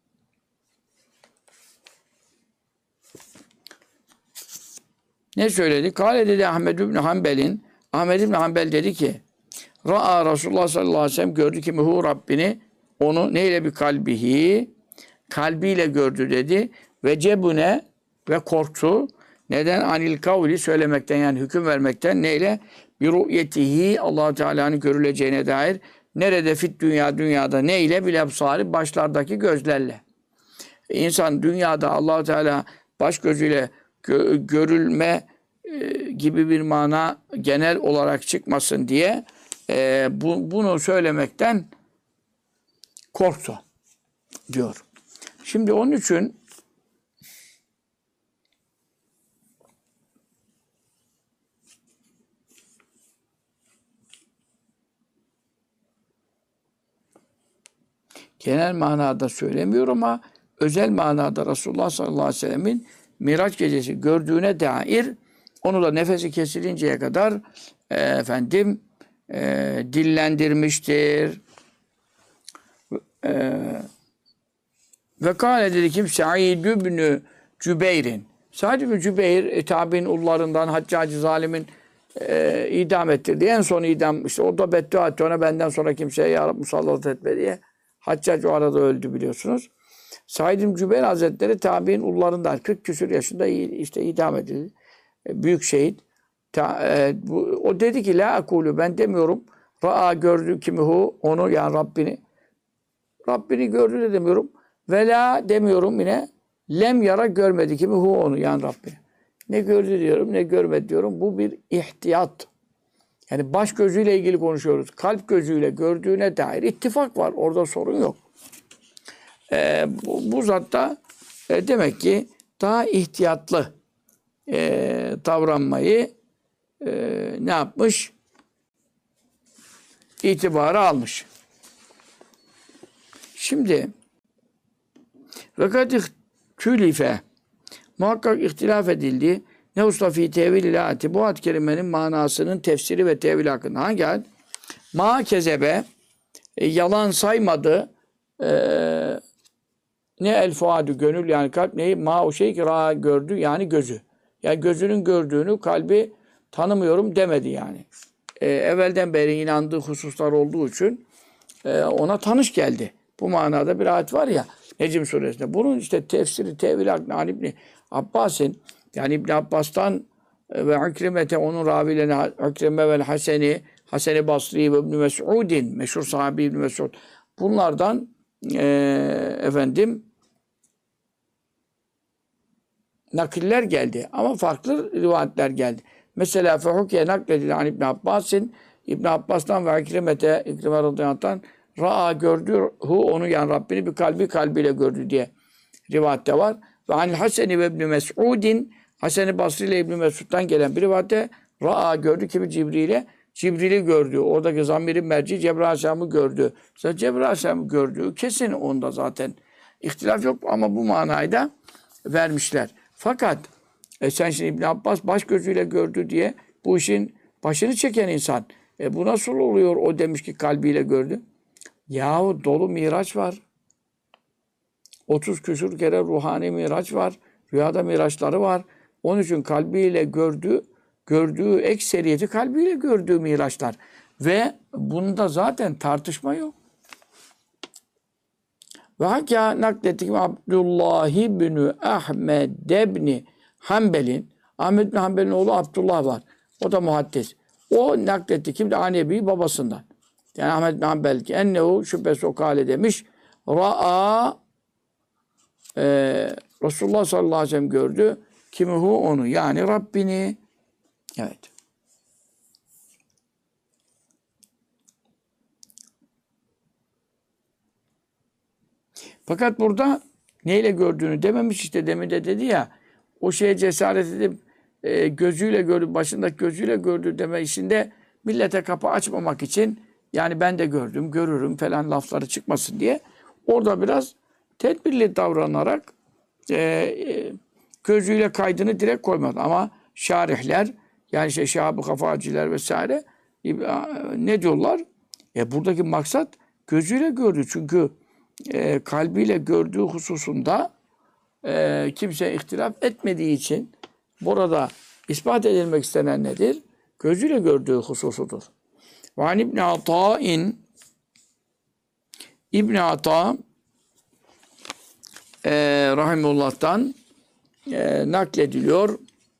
Ne söyledi? Kâle dedi Ahmed ibn Hanbel'in Ahmed ibn Hanbel dedi ki Ra'a Resulullah sallallahu aleyhi ve sellem gördü ki muhu Rabbini onu neyle bir kalbihi kalbiyle gördü dedi ve cebune ve korktu. Neden? Anil kavli söylemekten yani hüküm vermekten neyle? Bir ru'yetihi Allah Teala'nın görüleceğine dair nerede fit dünya dünyada neyle? Bil absari başlardaki gözlerle. İnsan dünyada Allah Teala baş gözüyle gö- görülme e, gibi bir mana genel olarak çıkmasın diye e, bu, bunu söylemekten korktu diyor. Şimdi onun için genel manada söylemiyor ama özel manada Resulullah sallallahu aleyhi ve sellemin Miraç gecesi gördüğüne dair onu da nefesi kesilinceye kadar e, efendim e, dillendirmiştir. E, ve kâle dedi kim? Sa'id ibn Cübeyr'in. Sa'id ibn Cübeyr e, tabi'in ullarından Haccacı zalimin e, idam ettirdi. En son idam işte o da beddua etti ona benden sonra kimseye ya Rabbi musallat etme diye. Haccac o arada öldü biliyorsunuz. Said ibn Cübeyr Hazretleri tabi'in ullarından kırk küsur yaşında işte idam edildi. Büyük şehit. Ta, e, bu, o dedi ki la akulu ben demiyorum. Ra'a gördü kimihu onu yani Rabbini. Rabbini gördü de demiyorum. Ve la demiyorum yine. Lem yara görmedi kimihu onu yani Rabbini. Ne gördü diyorum ne görmedi diyorum. Bu bir ihtiyat. Yani baş gözüyle ilgili konuşuyoruz. Kalp gözüyle gördüğüne dair ittifak var. Orada sorun yok. Ee, bu, bu zatta e, demek ki daha ihtiyatlı e, davranmayı e, ne yapmış? İtibara almış. Şimdi fakat tülife muhakkak ihtilaf edildi. Ne usta fi tevil ilahati bu ayet-i kerimenin manasının tefsiri ve tevil hakkında. Hangi ayet? Ma kezebe e, yalan saymadı e, ne el fuadü gönül yani kalp neyi? Ma o şey ki ra gördü yani gözü. Yani gözünün gördüğünü kalbi tanımıyorum demedi yani. E, evvelden beri inandığı hususlar olduğu için e, ona tanış geldi. Bu manada bir ayet var ya Necm suresinde. Bunun işte tefsiri, tevil hakkında İbni Abbas'ın yani İbn Abbas'tan ve İkrimete onun ravilerine İkrime vel Haseni, Hasan-ı Basri ve İbn Mes'ud'in meşhur sahabi İbn Mes'ud. Bunlardan e, efendim nakiller geldi ama farklı rivayetler geldi. Mesela fehukiye nakledilen İbn Abbas'ın İbn Abbas'tan ve İkrimete İkrime radıyallahu anh'tan Ra'a gördü hu onu yani Rabbini bir kalbi kalbiyle gördü diye rivayette var. Ve anil Haseni ve İbn Mes'ud'in Hasan-ı Basri ile İbn Mesud'dan gelen bir rivayette Ra'a gördü kimi Cibril'e Cibril'i gördü. Oradaki zamirin merci Cebrail Aleyhisselam'ı gördü. Zaten Cebrail Aleyhisselam'ı gördüğü kesin onda zaten. İhtilaf yok ama bu manayı da vermişler. Fakat e sen şimdi İbn Abbas baş gözüyle gördü diye bu işin başını çeken insan. E bu nasıl oluyor? O demiş ki kalbiyle gördü. Yahu dolu miraç var. otuz küsur kere ruhani miraç var. Rüyada miraçları var. Onun için kalbiyle gördü gördüğü ekseriyeti kalbiyle gördüğü miraçlar. Ve bunda zaten tartışma yok. Ve hakka naklettik Abdullah ibn Ahmed ibn Hanbel'in, Ahmed bin Hanbel'in oğlu Abdullah var. O da muhaddis. O nakletti. Kim de Anebi babasından. Yani Ahmed bin Hanbel ki ennehu şüphesi o kâle demiş. Ra'a e, Resulullah sallallahu aleyhi ve sellem gördü. Kimihu onu. Yani Rabbini. Evet. Fakat burada neyle gördüğünü dememiş işte demin de dedi ya o şeye cesaret edip e, gözüyle gördü, başındaki gözüyle gördü deme işinde millete kapı açmamak için yani ben de gördüm, görürüm falan lafları çıkmasın diye orada biraz tedbirli davranarak e, e, gözüyle kaydını direkt koymadı. Ama şarihler yani şey Şahab-ı Kafaciler vesaire e, ne diyorlar? E, buradaki maksat gözüyle gördü. Çünkü e, kalbiyle gördüğü hususunda e, kimse ihtilaf etmediği için burada ispat edilmek istenen nedir? Gözüyle gördüğü hususudur. Ve an İbn Ata'in İbn Ata e, rahimullah'tan e, naklediliyor.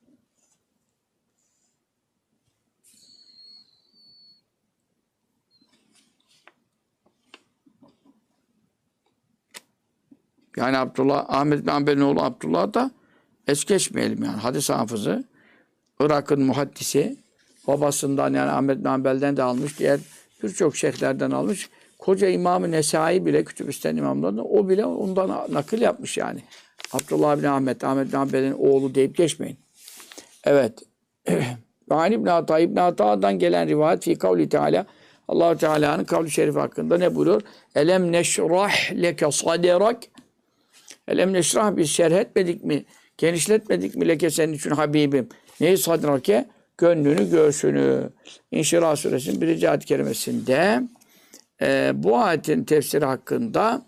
Yani Abdullah, Ahmet bin Hanbel'in oğlu Abdullah da es geçmeyelim yani. Hadis hafızı, Irak'ın muhaddisi, babasından yani Ahmet bin Hanbel'den de almış, diğer birçok şeyhlerden almış. Koca İmam-ı Nesai bile, Kütübüsten imamlarından, o bile ondan nakil yapmış yani. Abdullah bin Ahmet, Ahmet bin Hanbel'in oğlu deyip geçmeyin. Evet. Ve an İbn Ata, İbn Ata'dan gelen rivayet fi kavli Teala, Allah-u Teala'nın kavli şerifi hakkında ne buyuruyor? Elem neşrah leke sadrak. Elem neşrah biz şerh etmedik mi? Genişletmedik mi leke senin için Habibim? Neyi sadrake? Gönlünü, göğsünü. İnşirah suresinin birinci ayet-i kerimesinde e, bu ayetin tefsiri hakkında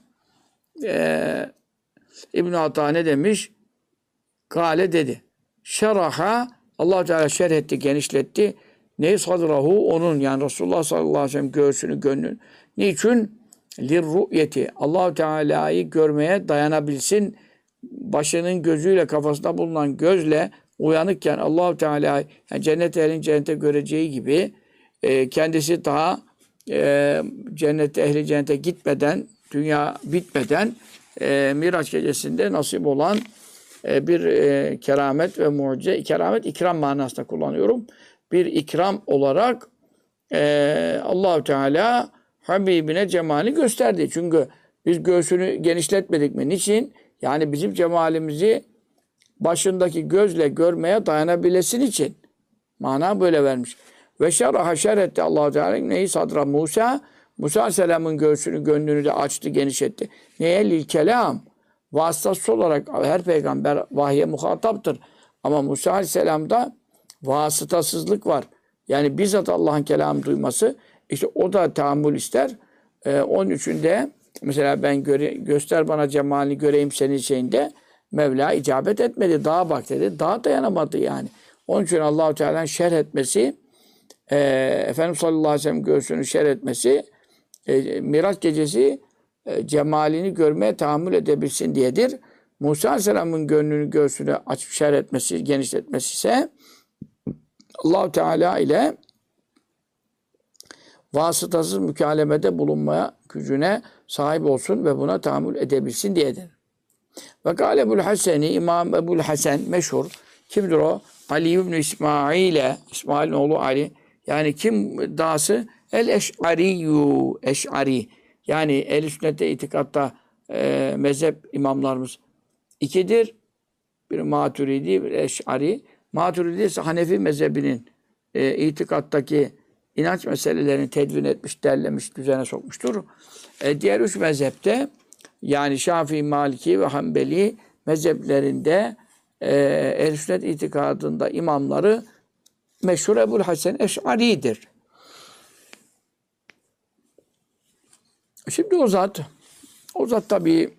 e, İbn Ata ne demiş? Kale dedi. Şeraha Allah Teala şerh etti, genişletti. Neyi sadrahu? Onun yani Resulullah sallallahu aleyhi ve sellem göğsünü, gönlünü. Niçin? Lirru'yeti. Allah Teala'yı görmeye dayanabilsin. Başının gözüyle kafasında bulunan gözle uyanıkken Allah Teala yani cennet ehlin cennete göreceği gibi e, kendisi daha e, cennet ehli cennete gitmeden, dünya bitmeden e, Miraç gecesinde nasip olan e, bir e, keramet ve mucize. Keramet ikram manasında kullanıyorum. Bir ikram olarak e, Allah Teala Habibine cemali gösterdi. Çünkü biz göğsünü genişletmedik mi? Niçin? Yani bizim cemalimizi başındaki gözle görmeye dayanabilesin için. Mana böyle vermiş. Ve şerha şerhetti Allah-u Teala neyi sadra Musa. Musa Aleyhisselam'ın göğsünü, gönlünü de açtı, genişletti. Neye? Lil kelam. Vasıtası olarak her peygamber vahye muhataptır. Ama Musa Aleyhisselam'da vasıtasızlık var. Yani bizzat Allah'ın kelamı duyması, işte o da tahammül ister. Ee, onun için de mesela ben göre, göster bana cemalini göreyim senin şeyinde Mevla icabet etmedi. Dağa bak dedi. Dağa dayanamadı yani. Onun için Allah-u Teala'nın şerh etmesi e, Efendimiz sallallahu aleyhi ve sellem göğsünü şerh etmesi e, Miraç gecesi e, cemalini görmeye tahammül edebilsin diyedir. Musa aleyhisselamın gönlünü göğsünü açıp şerh etmesi, genişletmesi ise Allah-u Teala ile vasıtasız mükalemede bulunmaya gücüne sahip olsun ve buna tahammül edebilsin diyedir. Ve kâle Ebu'l Haseni, İmam Ebu'l Hasen meşhur. Kimdir o? Ali ibn İsmail'e, İsmail'in oğlu Ali. Yani kim dağısı? El-Eş'ariyyu, Eş'ari. Yani el-i sünnette itikatta e, mezhep imamlarımız ikidir. Bir Maturidi, bir Eş'ari. Maturidi ise Hanefi mezhebinin e, itikattaki inanç meselelerini tedvin etmiş, derlemiş, düzene sokmuştur. E, diğer üç mezhepte yani Şafii, Maliki ve Hanbeli mezheplerinde e, ehl-i sünnet itikadında imamları meşhur Ebu'l Hasen Eş'ari'dir. Şimdi o zat, o zat tabii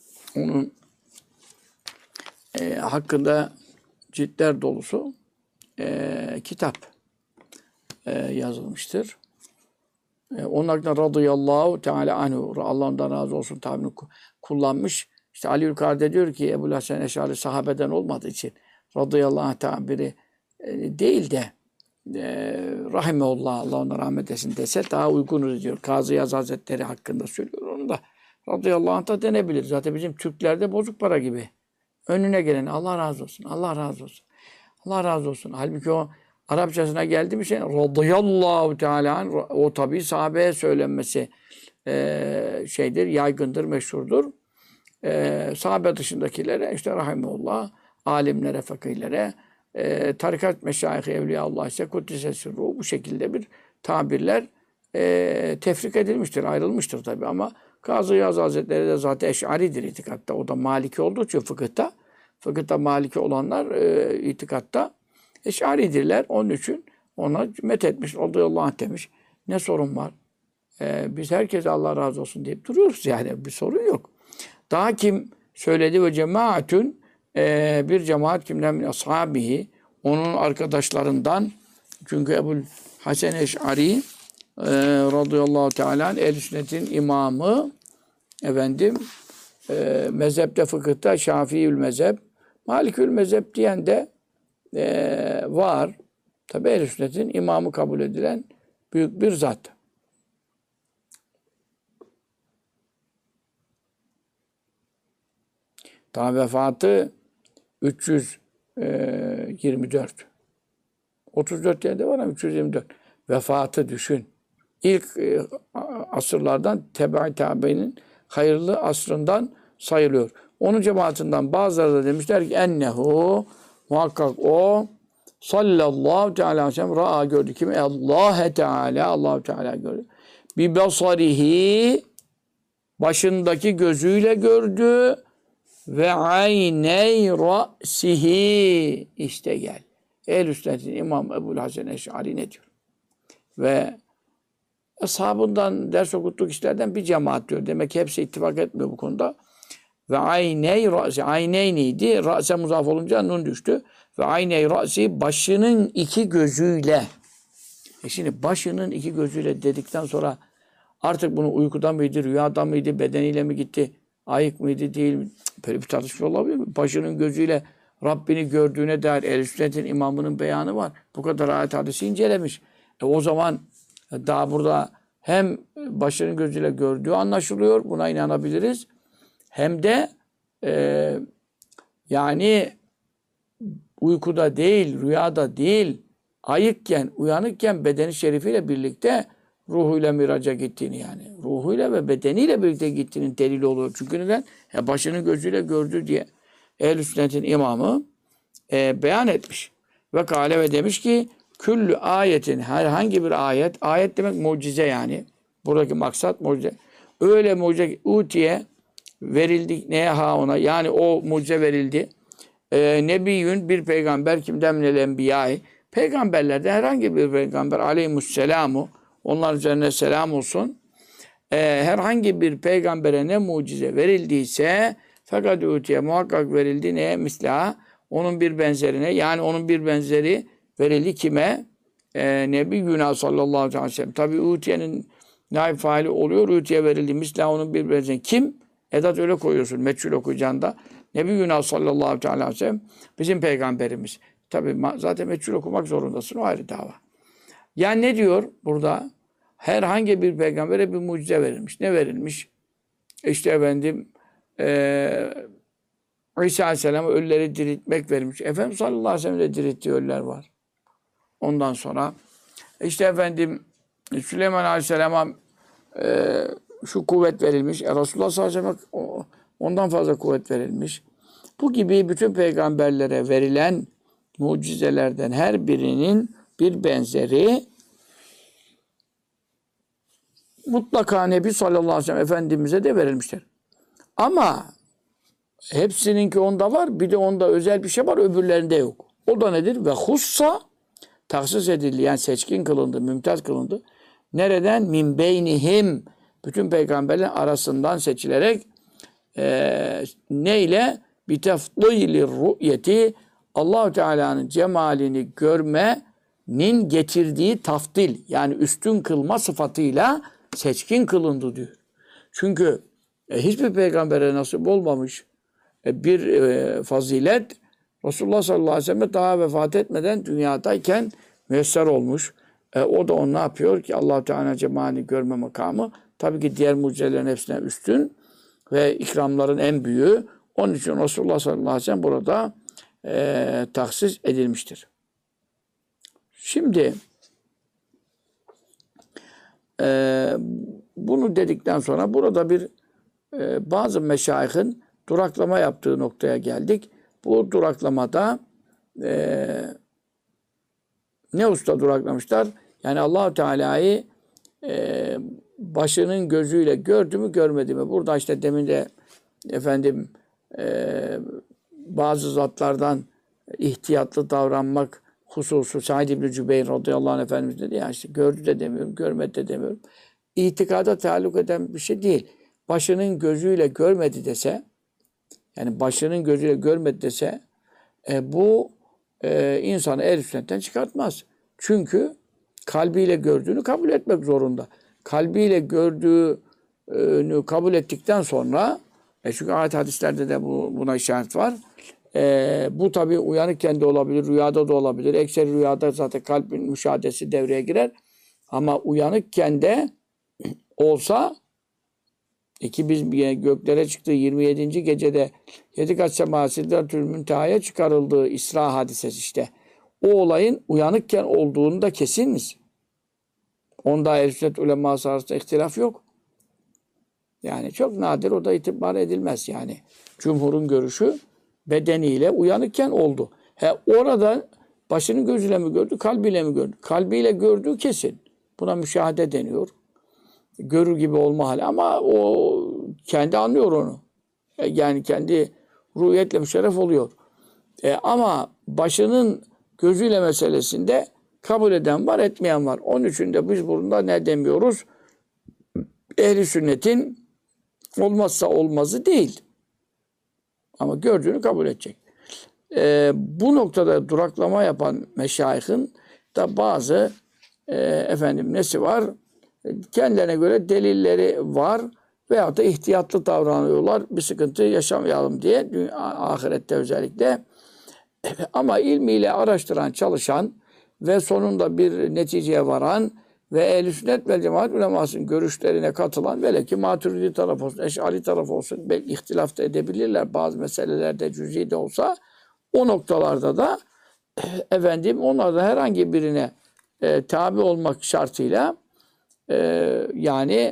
onun e, hakkında ciltler dolusu e, kitap e, yazılmıştır. E, onun hakkında radıyallahu teala anhu, Allah ondan razı olsun tabirini kullanmış. İşte Ali Ülkade diyor ki Ebu Hasan Eş'ari sahabeden olmadığı için radıyallahu anh tabiri e, değil de e, rahimeullah, Allah ona rahmet etsin dese daha uygunuz diyor. Kazı Yaz Hazretleri hakkında söylüyor onu da. Radıyallahu anh da denebilir. Zaten bizim Türklerde bozuk para gibi. Önüne gelen Allah razı olsun, Allah razı olsun, Allah razı olsun. Halbuki o Arapçasına geldi mi şey radıyallahu teala o tabii sahabeye söylenmesi e, şeydir, yaygındır, meşhurdur. E, sahabe dışındakilere işte rahimullah, alimlere, fakihlere, e, tarikat meşayih evliyaullah ise kuddise sirruhu bu şekilde bir tabirler e, tefrik edilmiştir, ayrılmıştır tabii ama Kazı Yaz Hazretleri de zaten Eş'aridir itikatta. O da Maliki olduğu için fıkıhta. Fıkıhta Maliki olanlar e, itikatta Eş'aridirler. Onun için ona methetmiş, radıyallahu anh demiş. Ne sorun var? E, biz herkese Allah razı olsun deyip duruyoruz yani. Bir sorun yok. Daha kim söyledi ve cemaatün e, bir cemaat kimden min ashabihi onun arkadaşlarından çünkü Ebu Hasan Eş'ari e, radıyallahu teala ehl-i sünnetin imamı efendim e, mezhepte fıkıhta Şafii'ül mezhep Malikül mezhep diyen de e, var. Tabi ehl-i sünnetin imamı kabul edilen büyük bir zat. Daha vefatı üç yüz yirmi dört. otuz dört yerde var ama üç yüz yirmi dört. Vefatı düşün. İlk e, asırlardan tebe-i tabi'nin hayırlı asrından sayılıyor. Onun cemaatinden bazıları da demişler ki ennehu muhakkak o sallallahu teala aleyhi ve sellem ra'a gördü. Kimi? Allah Teala Allah Teala gördü. Bi basarihi başındaki gözüyle gördü ve ayney ra'sihi işte gel. Ehl-i sünnetin İmam Ebu Hasan Eş'ari ne diyor? Ve ashabından ders okuttuk işlerden bir cemaat diyor. Demek ki hepsi ittifak etmiyor bu konuda. Ve ayney ra'si. Ayneyniydi. Ra'se muzaf olunca nun düştü. Ve ayney ra'si başının iki gözüyle. E şimdi başının iki gözüyle dedikten sonra artık bunu uykuda mıydı, rüyada mıydı, bedeniyle mi gitti, ayık mıydı, değil mi? Böyle bir tartışma olabilir mi? Başının gözüyle Rabbini gördüğüne dair Ehl-i Sünnet'in imamının beyanı var. Bu kadar ayet hadisi incelemiş. E o zaman daha burada hem başının gözüyle gördüğü anlaşılıyor. Buna inanabiliriz. Hem de e, yani uykuda değil, rüyada değil, ayıkken, uyanıkken bedeni şerifiyle birlikte ruhuyla miraca gittiğini yani. Ruhuyla ve bedeniyle birlikte gittiğinin delili oluyor. Çünkü neden? Ya başının gözüyle gördü diye Ehl-i Sünnet'in imamı e, beyan etmiş. Ve kâle ve demiş ki küllü ayetin herhangi bir ayet, ayet demek mucize yani. Buradaki maksat mucize. Öyle mucize utiye verildik neye ha ona yani o mucize verildi. E, Nebiyyün bir peygamber kimden minel enbiyayı peygamberlerden herhangi bir peygamber aleyhimusselamu onlar üzerine selam olsun. E, herhangi bir peygambere ne mucize verildiyse fakat utiye muhakkak verildi neye misla onun bir benzerine yani onun bir benzeri verildi kime? E, Nebi Yunus sallallahu aleyhi ve sellem. Tabi utiyenin naib faili oluyor. Utiye verildi misla onun bir benzeri. Kim? Edat öyle koyuyorsun. Meçhul okuyacağında. Nebi Yunus sallallahu aleyhi ve sellem bizim peygamberimiz. Tabi zaten meçhul okumak zorundasın. O ayrı dava. Yani ne diyor burada? Herhangi bir peygambere bir mucize verilmiş. Ne verilmiş? İşte efendim e, İsa aleyhisselam ölüleri diriltmek verilmiş. Efendimiz sallallahu aleyhi ve sellem de dirilttiği ölüler var. Ondan sonra işte efendim Süleyman aleyhisselama e, şu kuvvet verilmiş. E, Resulullah sallallahu aleyhi ve sellem ondan fazla kuvvet verilmiş. Bu gibi bütün peygamberlere verilen mucizelerden her birinin bir benzeri mutlaka Nebi sallallahu aleyhi ve sellem Efendimiz'e de verilmiştir. Ama hepsininki onda var. Bir de onda özel bir şey var. Öbürlerinde yok. O da nedir? Ve hussa tahsis edildi. Yani seçkin kılındı. Mümtaz kılındı. Nereden? Min beynihim. Bütün peygamberlerin arasından seçilerek e, neyle? Bitefdîli rü'yeti Allah-u Teala'nın cemalini görmenin getirdiği tafdil, yani üstün kılma sıfatıyla seçkin kılındı diyor. Çünkü e, hiçbir peygambere nasip olmamış e, bir e, fazilet Resulullah sallallahu aleyhi ve sellem daha vefat etmeden dünyadayken müyesser olmuş. E, o da onu ne yapıyor ki Allah-u Teala cemalini görme makamı tabii ki diğer mucizelerin hepsine üstün ve ikramların en büyüğü. Onun için Resulullah sallallahu aleyhi ve sellem burada e, tahsis edilmiştir. Şimdi e, bunu dedikten sonra burada bir e, bazı meşayihin duraklama yaptığı noktaya geldik. Bu duraklamada e, ne usta duraklamışlar? Yani Allah-u Teala'yı e, başının gözüyle gördü mü görmedi mi? Burada işte demin de efendim e, bazı zatlardan ihtiyatlı davranmak hususu Said İbn-i Cübeyr radıyallahu anh Efendimiz dedi ya işte gördü de demiyorum, görmedi de demiyorum. İtikada taalluk eden bir şey değil. Başının gözüyle görmedi dese, yani başının gözüyle görmedi dese e, bu e, insanı ehl-i sünnetten çıkartmaz. Çünkü kalbiyle gördüğünü kabul etmek zorunda. Kalbiyle gördüğünü kabul ettikten sonra e çünkü ayet hadislerde de bu, buna işaret var. E, bu tabi uyanıkken de olabilir, rüyada da olabilir. Ekseri rüyada zaten kalbin müşahadesi devreye girer. Ama uyanıkken de olsa ki biz göklere çıktığı yirmi yedinci gecede yedi kat sema Sidretül Münteha'ya çıkarıldığı İsra hadisesi işte. O olayın uyanıkken olduğunu da kesin misin? Onda ehl-i sünnet uleması arasında ihtilaf yok. Yani çok nadir, o da itibar edilmez yani. Cumhurun görüşü bedeniyle uyanıkken oldu. He, orada başının gözüyle mi gördü, kalbiyle mi gördü? Kalbiyle gördüğü kesin. Buna müşahede deniyor. Görür gibi olma hali ama o kendi anlıyor onu. Yani kendi ruhiyetle müşerref oluyor. E, ama başının gözüyle meselesinde kabul eden var, etmeyen var. Onun için de biz burada ne demiyoruz? Ehl-i sünnetin olmazsa olmazı değil. Ama gördüğünü kabul edecek. E, bu noktada duraklama yapan meşayihin da bazı e, efendim nesi var? Kendilerine göre delilleri var veyahut da ihtiyatlı davranıyorlar. Bir sıkıntı yaşamayalım diye ahirette özellikle. Ama ilmiyle araştıran, çalışan ve sonunda bir neticeye varan ve ehl-i sünnet ve cemaat ulemasının görüşlerine katılan, velev ki Maturidi tarafı olsun, Eş'ari tarafı olsun, belki ihtilaf da edebilirler bazı meselelerde cüz'i de olsa, o noktalarda da efendim onlardan herhangi birine e, tabi olmak şartıyla e, yani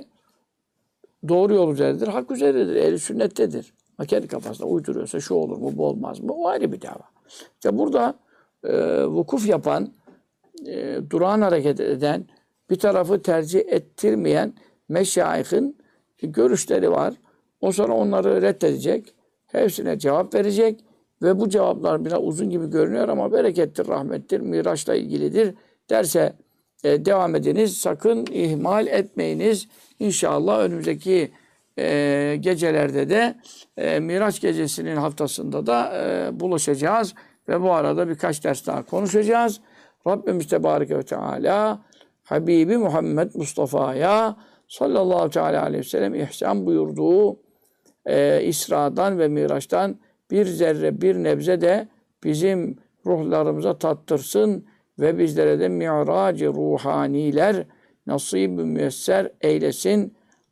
doğru yol üzeridir, hak üzeridir, ehl-i sünnettedir. Ama kendi kafasında uyduruyorsa şu olur mu, bu olmaz mı? O ayrı bir dava. İşte burada e, vukuf yapan, e, durağan hareket eden, bir tarafı tercih ettirmeyen meşayihin görüşleri var. O sonra onları reddedecek, hepsine cevap verecek ve bu cevaplar biraz uzun gibi görünüyor ama berekettir, rahmettir, Miraç'la ilgilidir derse e, devam ediniz. Sakın ihmal etmeyiniz. İnşallah önümüzdeki e, gecelerde de e, Miraç gecesinin haftasında da e, buluşacağız ve bu arada birkaç ders daha konuşacağız. Rabbimiz Tebareke ve Teala Habibi Muhammed Mustafa'ya sallallahu teala aleyhi ve sellem ihsan buyurduğu e, İsra'dan ve Miraç'tan bir zerre, bir nebze de bizim ruhlarımıza tattırsın ve bizlere de mi'rac-ı ruhaniler nasib-i müyesser eylesin.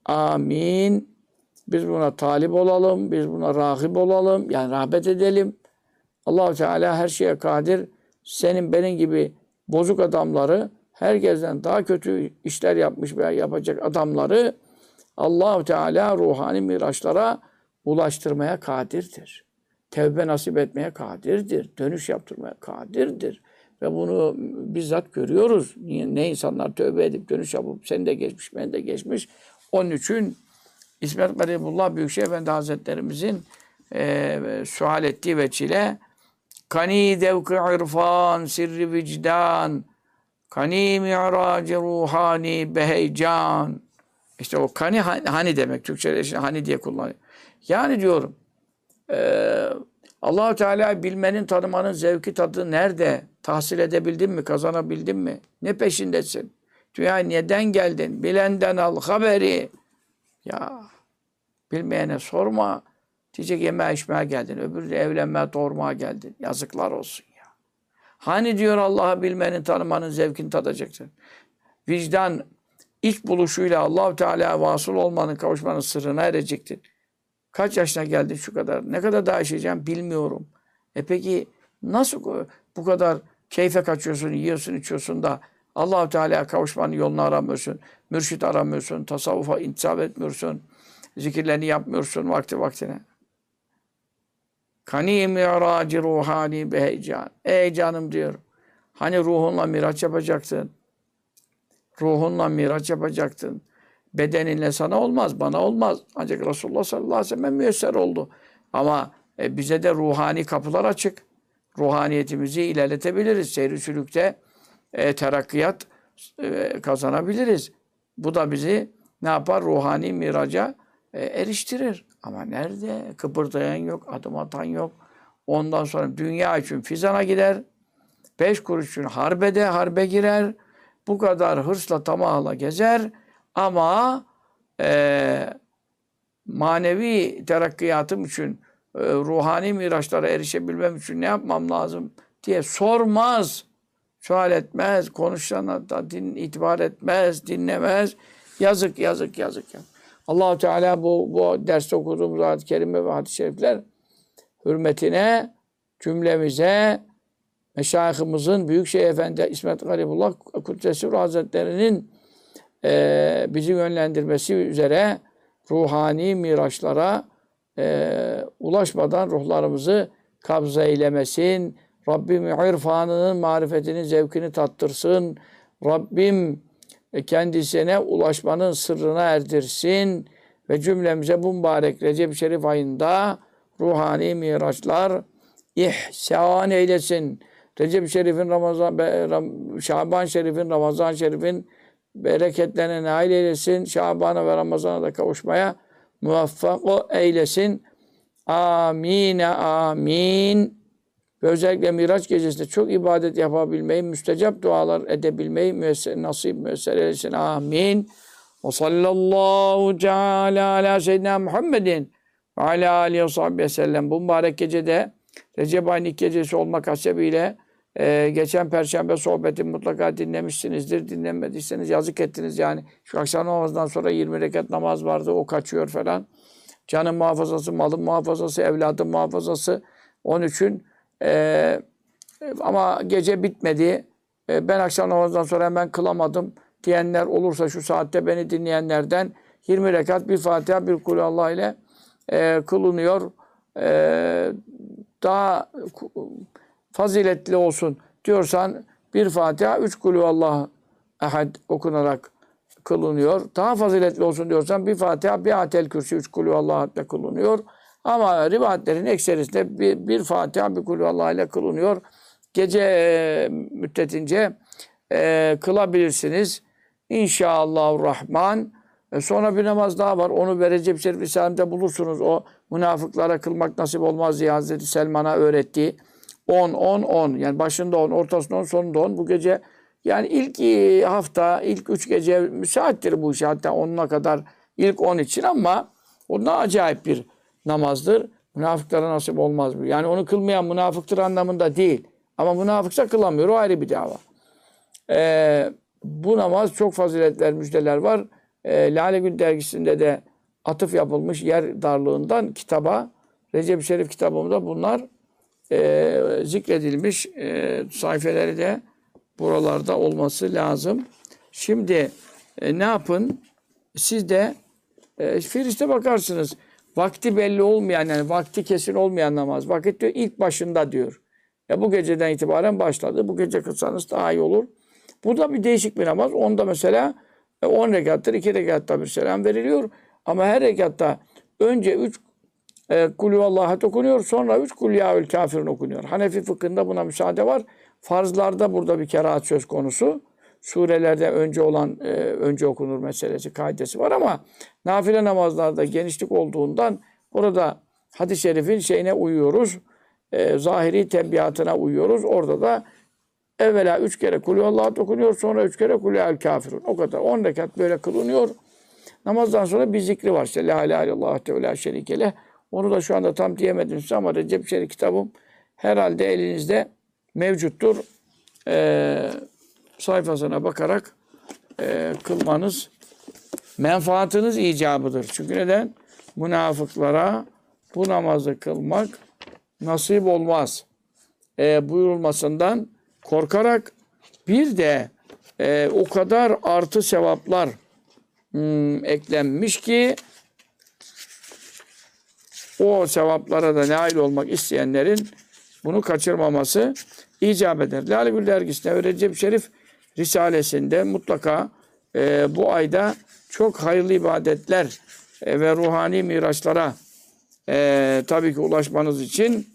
Amin. Biz buna talip olalım, biz buna rahip olalım, yani rağbet edelim. Allah-u Teala her şeye kadir. Senin benim gibi bozuk adamları, herkesten daha kötü işler yapmış veya yapacak adamları Allah-u Teala ruhani miraçlara ulaştırmaya kadirdir. Tevbe nasip etmeye kadirdir. Dönüş yaptırmaya kadirdir. Ve bunu bizzat görüyoruz. Ne insanlar tövbe edip dönüş yapıp sen de geçmiş, ben de geçmiş. Onun için İsmet Garibullah Büyükşehir Efendi Hazretlerimizin e, sual ettiği veçile Kani devk-i irfan, sirri vicdan, kani mi'rac-ı ruhani beheycan. İşte o kani hani demek. Türkçe'de işte hani diye kullanıyor. Yani diyorum e, Allah-u Teala'yı bilmenin, tanımanın zevki tadı nerede? Tahsil edebildin mi? Kazanabildin mi? Ne peşindesin? Dünyaya neden geldin? Bilenden al haberi. Ya bilmeyene sorma. Diyecek yemeğe içmeye geldin. Öbürü de evlenmeye, doğurmaya geldin. Yazıklar olsun ya. Hani diyor Allah'ı bilmenin, tanımanın zevkini tadacaksın. Vicdan, iç buluşuyla Allah-u Teala'ya vasıl olmanın, kavuşmanın sırrına erecektin. Kaç yaşına geldin şu kadar? Ne kadar daha yaşayacağım bilmiyorum. E peki nasıl bu kadar keyfe kaçıyorsun, yiyorsun, içiyorsun da Allah-u Teala'ya kavuşmanın yolunu aramıyorsun, mürşit aramıyorsun, tasavvufa intisap etmiyorsun, zikirlerini yapmıyorsun vakti vaktine. Kani mi'racı ruhani be heyecan. Ey canım diyor. Hani ruhunla miraç yapacaktın. Ruhunla miraç yapacaktın. Bedeninle sana olmaz, bana olmaz. Ancak Resulullah sallallahu aleyhi ve sellem müyesser oldu. Ama e, bize de ruhani kapılar açık. Ruhaniyetimizi ilerletebiliriz. Seyr-i sülükte e, terakkiyat e, kazanabiliriz. Bu da bizi ne yapar? Ruhani miraca e, eriştirir. Ama nerede? Kıpırdayan yok, adım atan yok. Ondan sonra dünya için fizana gider. Beş kuruş için harbede, harbe girer. Bu kadar hırsla, tamahla gezer. Ama e, manevi terakkiyatım için, e, ruhani miraçlara erişebilmem için ne yapmam lazım diye sormaz. Sual etmez, konuşana da din, itibar etmez, dinlemez. Yazık, yazık, yazık. yazık. Allah-u Teala bu, bu derste okuduğumuz ayet-i kerime ve hadis-i şerifler hürmetine cümlemize Meşayihimizin, Büyükşehir Efendi İsmet Garibullah Kuddesi Ruh Hazretleri'nin e, bizi yönlendirmesi üzere ruhani miraçlara e, ulaşmadan ruhlarımızı kabza eylemesin. Rabbim irfanının, marifetinin zevkini tattırsın. Rabbim kendisine ulaşmanın sırrına erdirsin. Ve cümlemize bu mübarek Recep-i Şerif ayında ruhani miraçlar ihsan eylesin. Recep-i Şerif'in, Ramazan, Şaban Şerif'in, Ramazan Şerif'in bereketlerine nail eylesin. Şaban'a ve Ramazan'a da kavuşmaya muvaffak eylesin. Amine amin. Ve özellikle Miraç gecesinde çok ibadet yapabilmeyi, müstecap dualar edebilmeyi müesser, nasip müesser eylesin. Amin. Ve sallallahu teala ala seyyidina Muhammedin ve ala aleyhi ve sahbihi sellem. Bu mübarek gecede Recep ayının ilk gecesi olmak hasebiyle e, geçen Perşembe sohbeti mutlaka dinlemişsinizdir. Dinlemediyseniz yazık ettiniz yani. Şu akşam namazdan sonra yirmi rekat namaz vardı. O kaçıyor falan. Canın muhafazası, malın muhafazası, evladın muhafazası. Onun için e, ama gece bitmedi. E, ben akşam namazdan sonra hemen kılamadım diyenler olursa şu saatte beni dinleyenlerden yirmi rekat bir Fatiha bir Kulhallah ile e, kılınıyor. E, daha faziletli olsun diyorsan bir Fatiha, üç Kulhuvallah Ehad okunarak kılınıyor. Daha faziletli olsun diyorsan bir Fatiha, bir Atel Kürsi, üç Kulhuvallah Ehad'le kılınıyor. Ama rivayetlerin ekserisinde bir, bir Fatiha, bir Kulhuvallah ile kılınıyor. Gece e, müddetince e, kılabilirsiniz. İnşallahurrahman. E, sonra bir namaz daha var. Onu ve Recep-i Şerif Risale'mde bulursunuz. O münafıklara kılmak nasip olmaz diye Hazreti Selman'a öğrettiği. on, on, on. Yani başında on, ortasında on, sonunda on. Bu gece yani ilk hafta, ilk üç gece müsaittir bu iş. Hatta onuna kadar ilk on için ama o da acayip bir namazdır. Münafıklara nasip olmaz bu. Yani onu kılmayan münafıktır anlamında değil. Ama münafıksa kılamıyor. O ayrı bir dava. Ee, bu namaz çok faziletler, müjdeler var. Ee, Lale Gül dergisinde de atıf yapılmış yer darlığından kitaba, Recep-i Şerif kitabımda bunlar e, zikredilmiş. E, sayfeleri de buralarda olması lazım. Şimdi e, ne yapın? Siz de e, Firiste bakarsınız. Vakti belli olmayan, yani vakti kesin olmayan namaz. Vakit diyor ilk başında diyor. Ya bu geceden itibaren başladı. Bu gece kılsanız daha iyi olur. Bu da bir değişik bir namaz. Onda mesela on rekattır, iki rekatta bir selam veriliyor. Ama her rekatta önce üç e, Kulhuvallahat okunuyor, sonra üç Kulyaül Kafirun okunuyor. Hanefi fıkhında buna müsaade var. Farzlarda burada bir kerahat söz konusu. Surelerde önce olan e, önce okunur meselesi, kaidesi var ama nafile namazlarda genişlik olduğundan orada hadis-i şerifin şeyine uyuyoruz. e, zahiri tebliğatına uyuyoruz. Orada da evvela üç kere kulüvallahu okunuyor, sonra üç kere kulüel kafirun. O kadar. On rekat böyle kılınıyor. Namazdan sonra bir zikri var. İşte la ilahe illallah teala şerikele. Onu da şu anda tam diyemedim size ama Recep Şerif kitabım herhalde elinizde mevcuttur. Ee, sayfasına bakarak e, kılmanız menfaatınız icabıdır. Çünkü neden? Münafıklara bu namazı kılmak nasip olmaz. E, buyurulmasından korkarak bir de e, o kadar artı sevaplar hmm, eklenmiş ki o sevaplara da nail olmak isteyenlerin bunu kaçırmaması icap eder. Lale Gül dergisinde ve Recep Şerif Risalesinde mutlaka e, bu ayda çok hayırlı ibadetler e, ve ruhani miraçlara e, tabii ki ulaşmanız için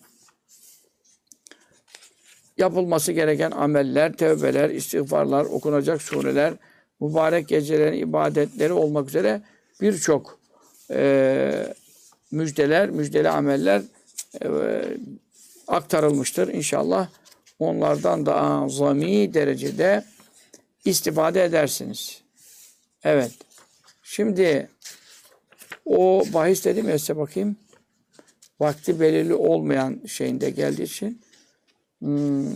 yapılması gereken ameller, tevbeler, istiğfarlar, okunacak sureler, mübarek gecelerin ibadetleri olmak üzere birçok e, müjdeler, müjdeli ameller e, aktarılmıştır. İnşallah onlardan da azami derecede istifade edersiniz. Evet. Şimdi o bahis dedim ya size bakayım. Vakti belirli olmayan şeyinde geldiği için hmm,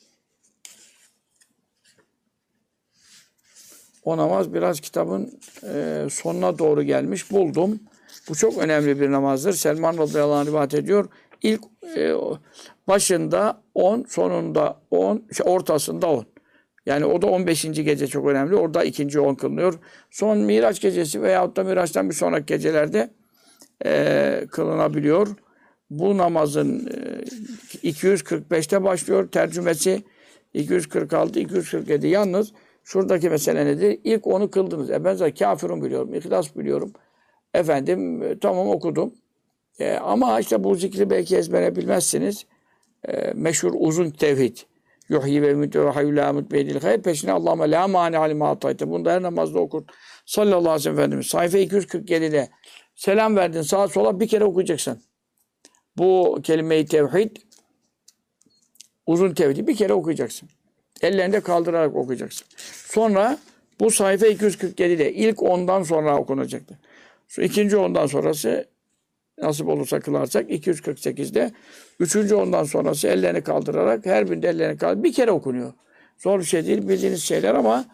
o namaz biraz kitabın e, sonuna doğru gelmiş. Buldum. Bu çok önemli bir namazdır. Selman radıyallahu anh rivayet ediyor. İlk e, başında on, sonunda on, şey, ortasında on. Yani o da on beşinci gece çok önemli. Orada ikinci on kılınıyor. Son Miraç gecesi veyahut da Miraç'tan bir sonraki gecelerde e, kılınabiliyor. Bu namazın e, iki yüz kırk beşte başlıyor. Tercümesi iki yüz kırk altı iki yüz kırk yedi. Yalnız şuradaki mesele nedir? İlk onu kıldınız. E ben zaten kafirun biliyorum. İhlas biliyorum. Efendim tamam okudum. E, ama işte bu zikri belki ezbere bilmezsiniz. E, meşhur uzun tevhid. Yuhyi ve müdü ve hayyü la mut beydil hayr. Peşine Allah'ıma la mani halime atayte. Bunu da her namazda okur. Sallallahu aleyhi ve sellem Efendimiz. Sayfa iki yüz kırk yedide selam verdin sağa sola bir kere okuyacaksın. Bu kelime-i tevhid uzun tevhidi bir kere okuyacaksın. Ellerinde kaldırarak okuyacaksın. Sonra bu sayfa iki yüz kırk yedide ilk ondan sonra okunacaktır. Şu ikinci ondan sonrası nasip olursa kılarsak iki yüz kırk sekizde üçüncü ondan sonrası ellerini kaldırarak her birinde ellerini kaldır bir kere okunuyor. Zor bir şey değil bildiğiniz şeyler ama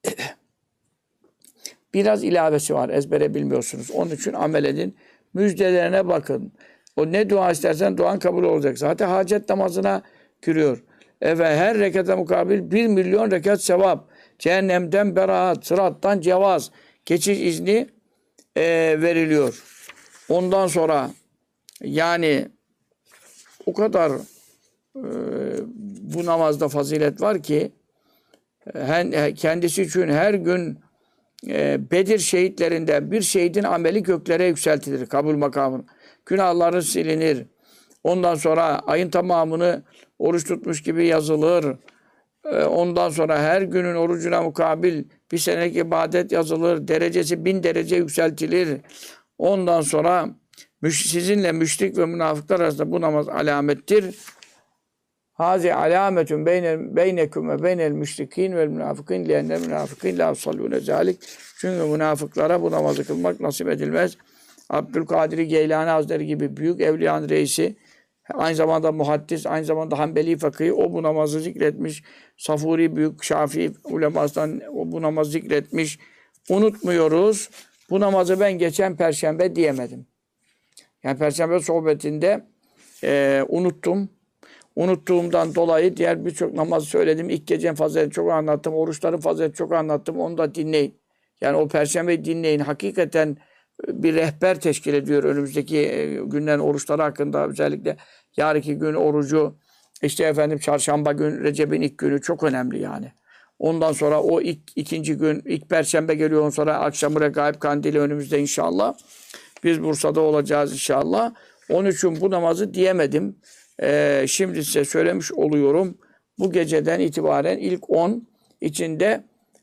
biraz ilavesi var. Ezbere bilmiyorsunuz. Onun için amel edin. Müjdelerine bakın. O ne dua istersen duan kabul olacak. Zaten hacet namazına giriyor. Evet her rekata mukabil bir milyon rekat sevap. Cehennemden beraat, sırattan cevaz, geçiş izni e, veriliyor. Ondan sonra yani o kadar e, bu namazda fazilet var ki he, kendisi için her gün e, Bedir şehitlerinden bir şehidin ameli göklere yükseltilir kabul makamına. Günahları silinir. Ondan sonra ayın tamamını oruç tutmuş gibi yazılır. E, ondan sonra her günün orucuna mukabil bir senelik ibadet yazılır. Derecesi bin derece yükseltilir. Ondan sonra sizinle müşrik ve münafıklar arasında bu namaz alamettir. Hazi alametun beyne beynekum ve beynel müşrikin ve münafıkîn li'enne münafıkîn la sallûne zâlik. Çünkü münafıklara bu namazı kılmak nasip edilmez. Abdülkadir Geylani Hazretleri gibi büyük evliyanın reisi, aynı zamanda muhaddis, aynı zamanda Hanbeli fakih, o bu namazı zikretmiş. Safuri büyük Şafii ulemasından o bu namazı zikretmiş. Unutmuyoruz. Bu namazı ben geçen Perşembe diyemedim. Yani Perşembe sohbetinde e, unuttum. Unuttuğumdan dolayı diğer birçok namaz söyledim. İlk gecen faziletini çok anlattım. Oruçların faziletini çok anlattım. Onu da dinleyin. Yani o Perşembeyi dinleyin. Hakikaten bir rehber teşkil ediyor önümüzdeki günlerin oruçları hakkında. Özellikle yarınki gün orucu, işte efendim çarşamba gün, Recep'in ilk günü çok önemli yani. Ondan sonra o ilk ikinci gün, ilk Perşembe geliyor. Ondan sonra akşamı Regaib Kandili önümüzde inşallah. Biz Bursa'da olacağız inşallah. Onun için bu namazı diyemedim. Ee, şimdi size söylemiş oluyorum. Bu geceden itibaren ilk on içinde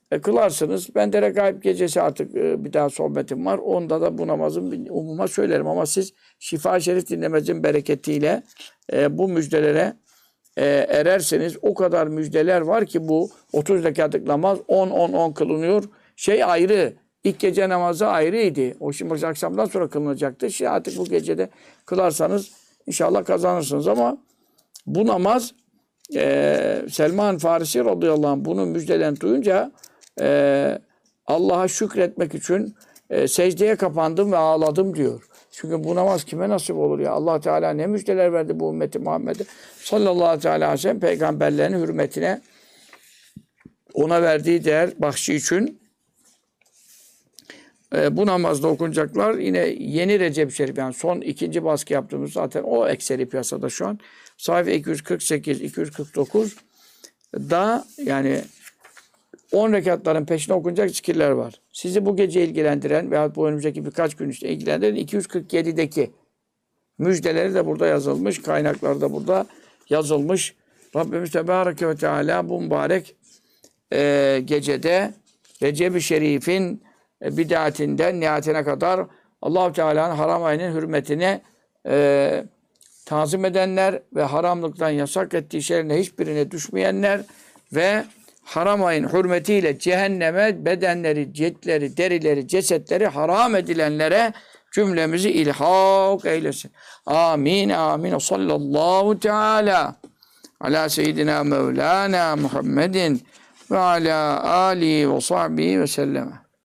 E, kılarsınız. Ben de Regaib gecesi artık e, bir daha sohbetim var. Onda da bu namazın bir umuma söylerim. Ama siz Şifa Şerif dinlemecin bereketiyle e, bu müjdelere e, ererseniz o kadar müjdeler var ki bu otuz rekatlık namaz on on on kılınıyor. Şey ayrı. İlk gece namazı ayrıydı. O şimdi akşamdan sonra kılınacaktı. Şimdi artık bu gecede kılarsanız inşallah kazanırsınız ama bu namaz e, Selman Farisi radıyallahu anh bunun müjdelerini duyunca e, Allah'a şükretmek için e, secdeye kapandım ve ağladım diyor. Çünkü bu namaz kime nasip olur ya? Allah Teala ne müjdeler verdi bu ümmeti Muhammed'e. Sallallahu aleyhi ve sellem peygamberlerin hürmetine ona verdiği değer bahşi için e, bu namazda okunacaklar. Yine yeni Recep Şerif yani son ikinci baskı yaptığımız zaten o ekseri piyasada şu an. Sayfa iki yüz kırk sekiz iki yüz kırk dokuz da yani on rekatların peşine okunacak zikirler var. Sizi bu gece ilgilendiren veya bu önümüzdeki birkaç gün işte ilgilendiren iki yüz kırk yedideki müjdeleri de burada yazılmış. Kaynaklar da burada yazılmış. Rabbimiz Tebareke ve Teala bu mübarek e, gecede Recep-i Şerif'in e, bid'atinden nihayetine kadar Allah-u Teala'nın haram ayının hürmetine e, tazim edenler ve haramlıktan yasak ettiği şeylerine hiçbirine düşmeyenler ve haram ayın hürmetiyle cehenneme bedenleri, ciltleri, derileri, cesetleri haram edilenlere cümlemizi ilhak eylesin. Amin, amin. Sallallahu teala ala seyyidina Mevlana Muhammedin ve ala alihi ve sahbihi ve selleme.